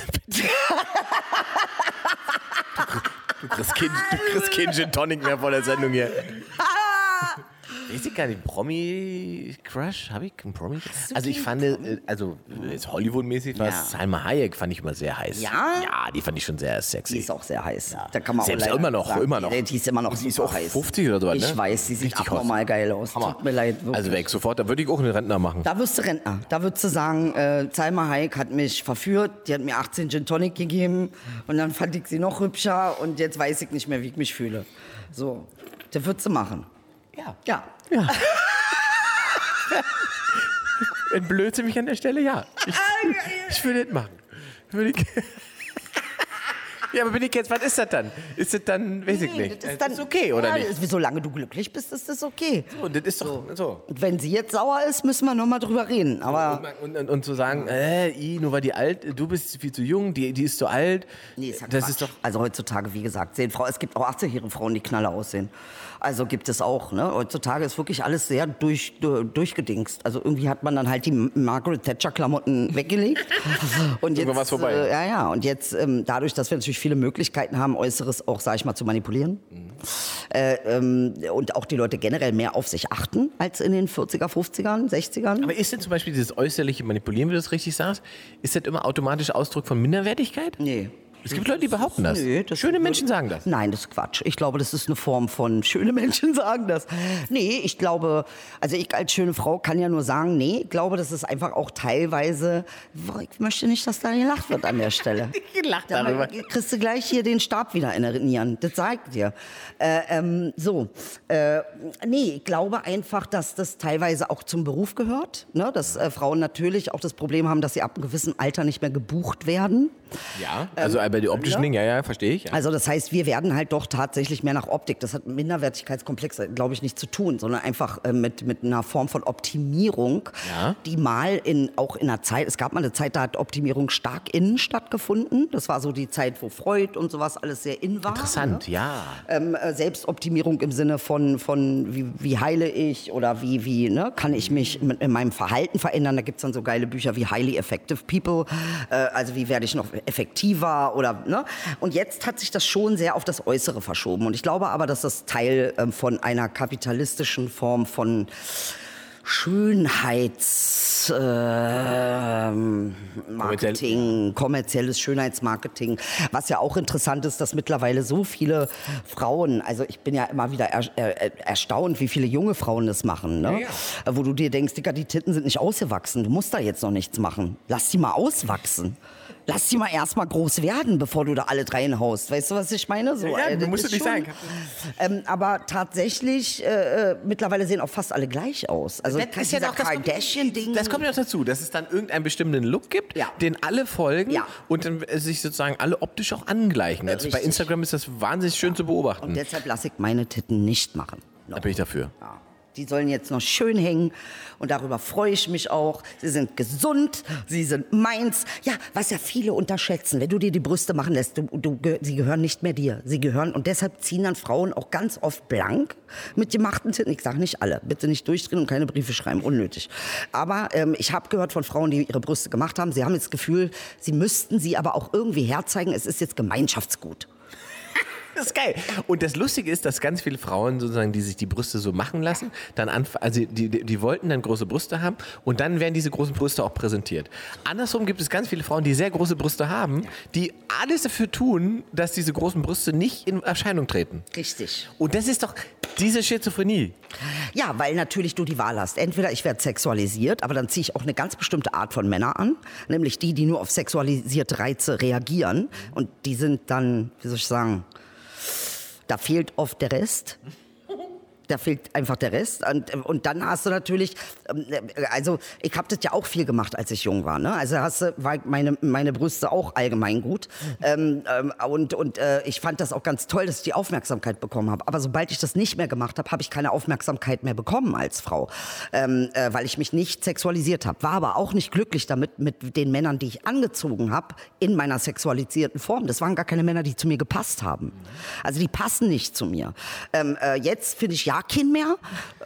Du kriegst keinen Gin Tonic mehr vor der Sendung hier. Weiß ich gar nicht, Promi-Crush? Habe ich einen Promi? Also ich fand, also jetzt Hollywood-mäßig war es, Salma Hayek fand ich immer sehr heiß. Ja? Ja, die fand ich schon sehr sexy. Die ist auch sehr heiß. Ja. Da kann man selbst auch immer noch. Die ist immer noch die ist auch heiß. 50 oder so, ne? Ich weiß, die sieht abnormal geil aus. Hammer. Tut mir leid, wirklich. Also weg sofort, da würde ich auch einen Rentner machen. Da wirst du Rentner. Da würdest du sagen, Salma Hayek hat mich verführt, die hat mir 18 Gin Tonic gegeben und dann fand ich sie noch hübscher und jetzt weiß ich nicht mehr, wie ich mich fühle. So, das würdest du machen. Ja. Entblöße mich an der Stelle, ja. Ich würde das machen. Ja, aber bin ich jetzt, was ist das dann? Ist das dann, weiß ich nicht. Das ist okay, oder nicht? Solange du glücklich bist, ist das okay. So, das ist doch so. Und wenn sie jetzt sauer ist, müssen wir nochmal drüber reden. Aber und zu sagen, nur weil die alt, du bist viel zu jung, die ist zu alt. Nee, das ist doch. Also heutzutage, wie gesagt, es gibt auch 80-jährige Frauen, die Knaller aussehen. Also gibt es auch. Ne? Heutzutage ist wirklich alles sehr durchgedingst. Also irgendwie hat man dann halt die Margaret Thatcher-Klamotten weggelegt. Und jetzt was vorbei. Ja. Und jetzt, dadurch, dass wir natürlich viele Möglichkeiten haben, Äußeres auch, sag ich mal, zu manipulieren. Und auch die Leute generell mehr auf sich achten als in den 40er, 50ern, 60ern. Aber ist denn zum Beispiel dieses äußerliche Manipulieren, wie du das richtig sagst, ist das immer automatisch Ausdruck von Minderwertigkeit? Nee. Es gibt Leute, die behaupten das. Schöne Menschen sagen das. Nein, das ist Quatsch. Ich glaube, das ist eine Form von schöne Menschen sagen das. Nee, ich glaube, also ich als schöne Frau kann ja nur sagen, nee, ich glaube, das ist einfach auch teilweise, ich möchte nicht, dass da gelacht wird an der Stelle. Gelacht darüber. Dann kriegst du gleich hier den Stab wieder in der Nieren. Das sag ich dir. Nee, ich glaube einfach, dass das teilweise auch zum Beruf gehört. Ne? Dass Frauen natürlich auch das Problem haben, dass sie ab einem gewissen Alter nicht mehr gebucht werden. Ja, also bei den optischen Dingen, ja, verstehe ich. Ja. Also das heißt, wir werden halt doch tatsächlich mehr nach Optik. Das hat mit Minderwertigkeitskomplex, glaube ich, nichts zu tun, sondern einfach mit einer Form von Optimierung, die mal auch in einer Zeit, es gab mal eine Zeit, da hat Optimierung stark innen stattgefunden. Das war so die Zeit, wo Freud und sowas alles sehr in war. Interessant, ja. Selbstoptimierung im Sinne von wie heile ich oder wie kann ich mich in meinem Verhalten verändern. Da gibt es dann so geile Bücher wie Highly Effective People, also wie werde ich noch effektiver oder Und jetzt hat sich das schon sehr auf das Äußere verschoben. Und ich glaube aber, dass das Teil von einer kapitalistischen Form von Schönheitsmarketing, kommerzielles Schönheitsmarketing, was ja auch interessant ist, dass mittlerweile so viele Frauen, also ich bin ja immer wieder erstaunt, wie viele junge Frauen das machen, ne? Ja. Wo du dir denkst, Digga, die Titten sind nicht ausgewachsen, du musst da jetzt noch nichts machen, lass die mal auswachsen. Lass die mal erstmal groß werden, bevor du da alle reinhaust. Weißt du, was ich meine? So, ja, du musst es nicht sagen. Aber tatsächlich, mittlerweile sehen auch fast alle gleich aus. Also das ist ja auch das Kardashian-Ding. Das kommt ja noch dazu, dass es dann irgendeinen bestimmten Look gibt, den alle folgen und dann sich sozusagen alle optisch auch angleichen. Also bei Instagram ist das wahnsinnig schön zu beobachten. Und deshalb lasse ich meine Titten nicht machen. Da bin ich dafür. Ja. Die sollen jetzt noch schön hängen und darüber freue ich mich auch. Sie sind gesund, sie sind meins. Ja, was ja viele unterschätzen, wenn du dir die Brüste machen lässt, sie gehören nicht mehr dir. Sie gehören, und deshalb ziehen dann Frauen auch ganz oft blank mit gemachten Titten. Ich sage nicht alle, bitte nicht durchdrehen und keine Briefe schreiben, unnötig. Aber ich habe gehört von Frauen, die ihre Brüste gemacht haben, sie haben das Gefühl, sie müssten sie aber auch irgendwie herzeigen, es ist jetzt Gemeinschaftsgut. Das ist geil. Und das Lustige ist, dass ganz viele Frauen sozusagen, die sich die Brüste so machen lassen, dann also die wollten dann große Brüste haben und dann werden diese großen Brüste auch präsentiert. Andersrum gibt es ganz viele Frauen, die sehr große Brüste haben, die alles dafür tun, dass diese großen Brüste nicht in Erscheinung treten. Richtig. Und das ist doch diese Schizophrenie. Ja, weil natürlich du die Wahl hast. Entweder ich werde sexualisiert, aber dann ziehe ich auch eine ganz bestimmte Art von Männern an, nämlich die nur auf sexualisierte Reize reagieren. Und die sind dann, wie soll ich sagen, da fehlt oft der Rest. Da fehlt einfach der Rest. Und dann hast du natürlich, also ich habe das ja auch viel gemacht, als ich jung war. Ne? Also war meine Brüste auch allgemein gut. Und ich fand das auch ganz toll, dass ich die Aufmerksamkeit bekommen habe. Aber sobald ich das nicht mehr gemacht habe, habe ich keine Aufmerksamkeit mehr bekommen als Frau. Weil ich mich nicht sexualisiert habe. War aber auch nicht glücklich damit, mit den Männern, die ich angezogen habe, in meiner sexualisierten Form. Das waren gar keine Männer, die zu mir gepasst haben. Also die passen nicht zu mir. Jetzt finde ich kein mehr.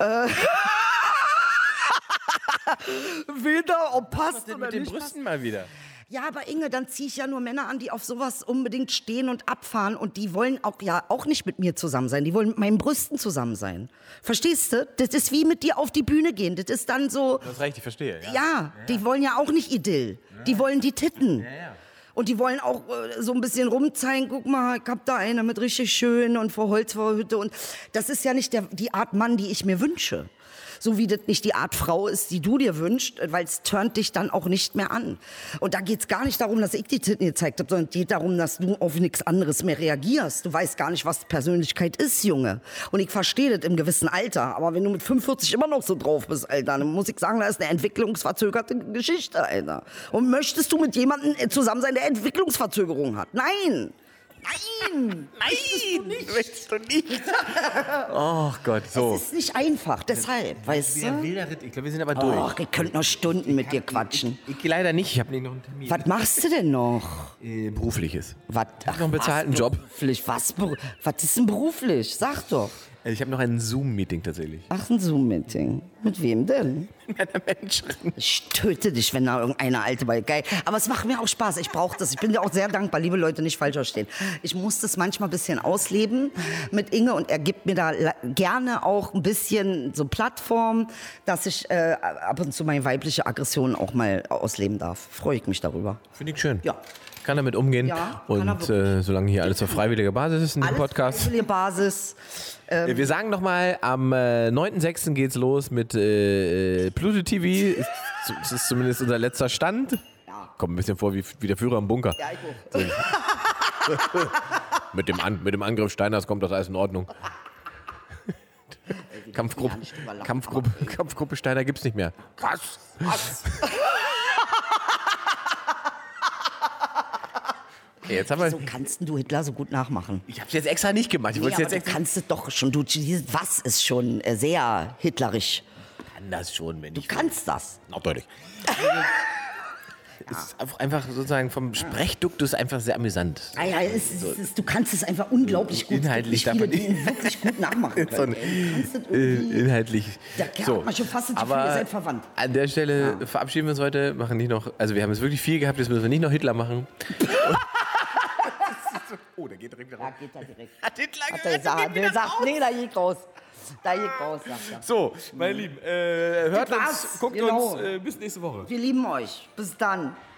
Weder ob passt oder mit den nicht Brüsten mal wieder. Ja, aber Inge, dann ziehe ich ja nur Männer an, die auf sowas unbedingt stehen und abfahren und die wollen auch nicht mit mir zusammen sein, die wollen mit meinen Brüsten zusammen sein. Verstehst du? Das ist wie mit dir auf die Bühne gehen, das ist dann so... Das ist recht, ich verstehe. Ja, die wollen ja auch nicht Idyll, die wollen die Titten. Ja. Und die wollen auch so ein bisschen rumzeigen, guck mal, ich hab da eine mit richtig schön und vor Holz vor der Hütte. Und das ist ja nicht die Art Mann, die ich mir wünsche. So wie das nicht die Art Frau ist, die du dir wünschst, weil es turnt dich dann auch nicht mehr an. Und da geht's gar nicht darum, dass ich die Titten gezeigt habe, sondern es geht darum, dass du auf nichts anderes mehr reagierst. Du weißt gar nicht, was Persönlichkeit ist, Junge. Und ich verstehe das im gewissen Alter. Aber wenn du mit 45 immer noch so drauf bist, Alter, dann muss ich sagen, das ist eine entwicklungsverzögerte Geschichte, Alter. Und möchtest du mit jemandem zusammen sein, der Entwicklungsverzögerung hat? Nein! Nein! Möchtest du nicht? Oh Gott, so. Es ist nicht einfach, deshalb, weißt du? Ich glaube, wir sind aber durch. Och, ich könnte noch Stunden mit dir quatschen. Ich leider nicht, ich habe nicht noch einen Termin. Was machst du denn noch? Berufliches. Was? Ich habe noch einen bezahlten Job. Was ist denn beruflich? Sag doch. Also ich habe noch ein Zoom-Meeting tatsächlich. Ach, ein Zoom-Meeting. Mit wem denn? Mit einer Menscherin. Ich töte dich, wenn da irgendeine Alte bei... Geil. Aber es macht mir auch Spaß. Ich brauche das. Ich bin dir auch sehr dankbar, liebe Leute, nicht falsch verstehen. Ich muss das manchmal ein bisschen ausleben mit Inge und er gibt mir da gerne auch ein bisschen so Plattform, dass ich ab und zu meine weibliche Aggression auch mal ausleben darf. Freue ich mich darüber. Finde ich schön. Ja. Kann damit umgehen. Ja, und solange hier alles auf freiwilliger Basis ist in dem Podcast. Freiwillige Basis. Wir sagen nochmal, am 9.6. geht's los mit Pluto TV. Das ist zumindest unser letzter Stand. Ja. Kommt ein bisschen vor wie der Führer im Bunker. Ja, ich so. mit dem Angriff Steiners kommt das alles in Ordnung. Kampfgruppe Steiner gibt's nicht mehr. Krass. Jetzt haben wir, Wieso kannst du Hitler so gut nachmachen? ich habe es jetzt extra nicht gemacht. Ich Nee, wollte aber es du jetzt extra. kannst es doch schon. Dieses Was ist schon sehr hitlerisch. Kann das schon, wenn Du ich. kannst das. Natürlich. Es ist einfach sozusagen vom Sprechduktus einfach sehr amüsant. Ah ja, du kannst es einfach unglaublich gut. Inhaltlich Es gibt darf nicht man viele, die wirklich gut nachmachen So können. ein- ey. Du kannst das irgendwie. Inhaltlich. Da hat man schon fast das Gefühl, ihr aber seid verwandt. an der Stelle verabschieden wir uns heute, machen nicht noch, also wir haben es wirklich viel gehabt, jetzt müssen wir nicht noch Hitler machen. Oh, der geht direkt wieder Ja, raus. geht da direkt. Hat Hitler Hat er gesagt, der sagt, nee, da geht raus. Da geht raus, sagt er. So, meine Lieben, hört Das uns, war's, guckt genau. uns, bis nächste Woche. Wir lieben euch. Bis dann.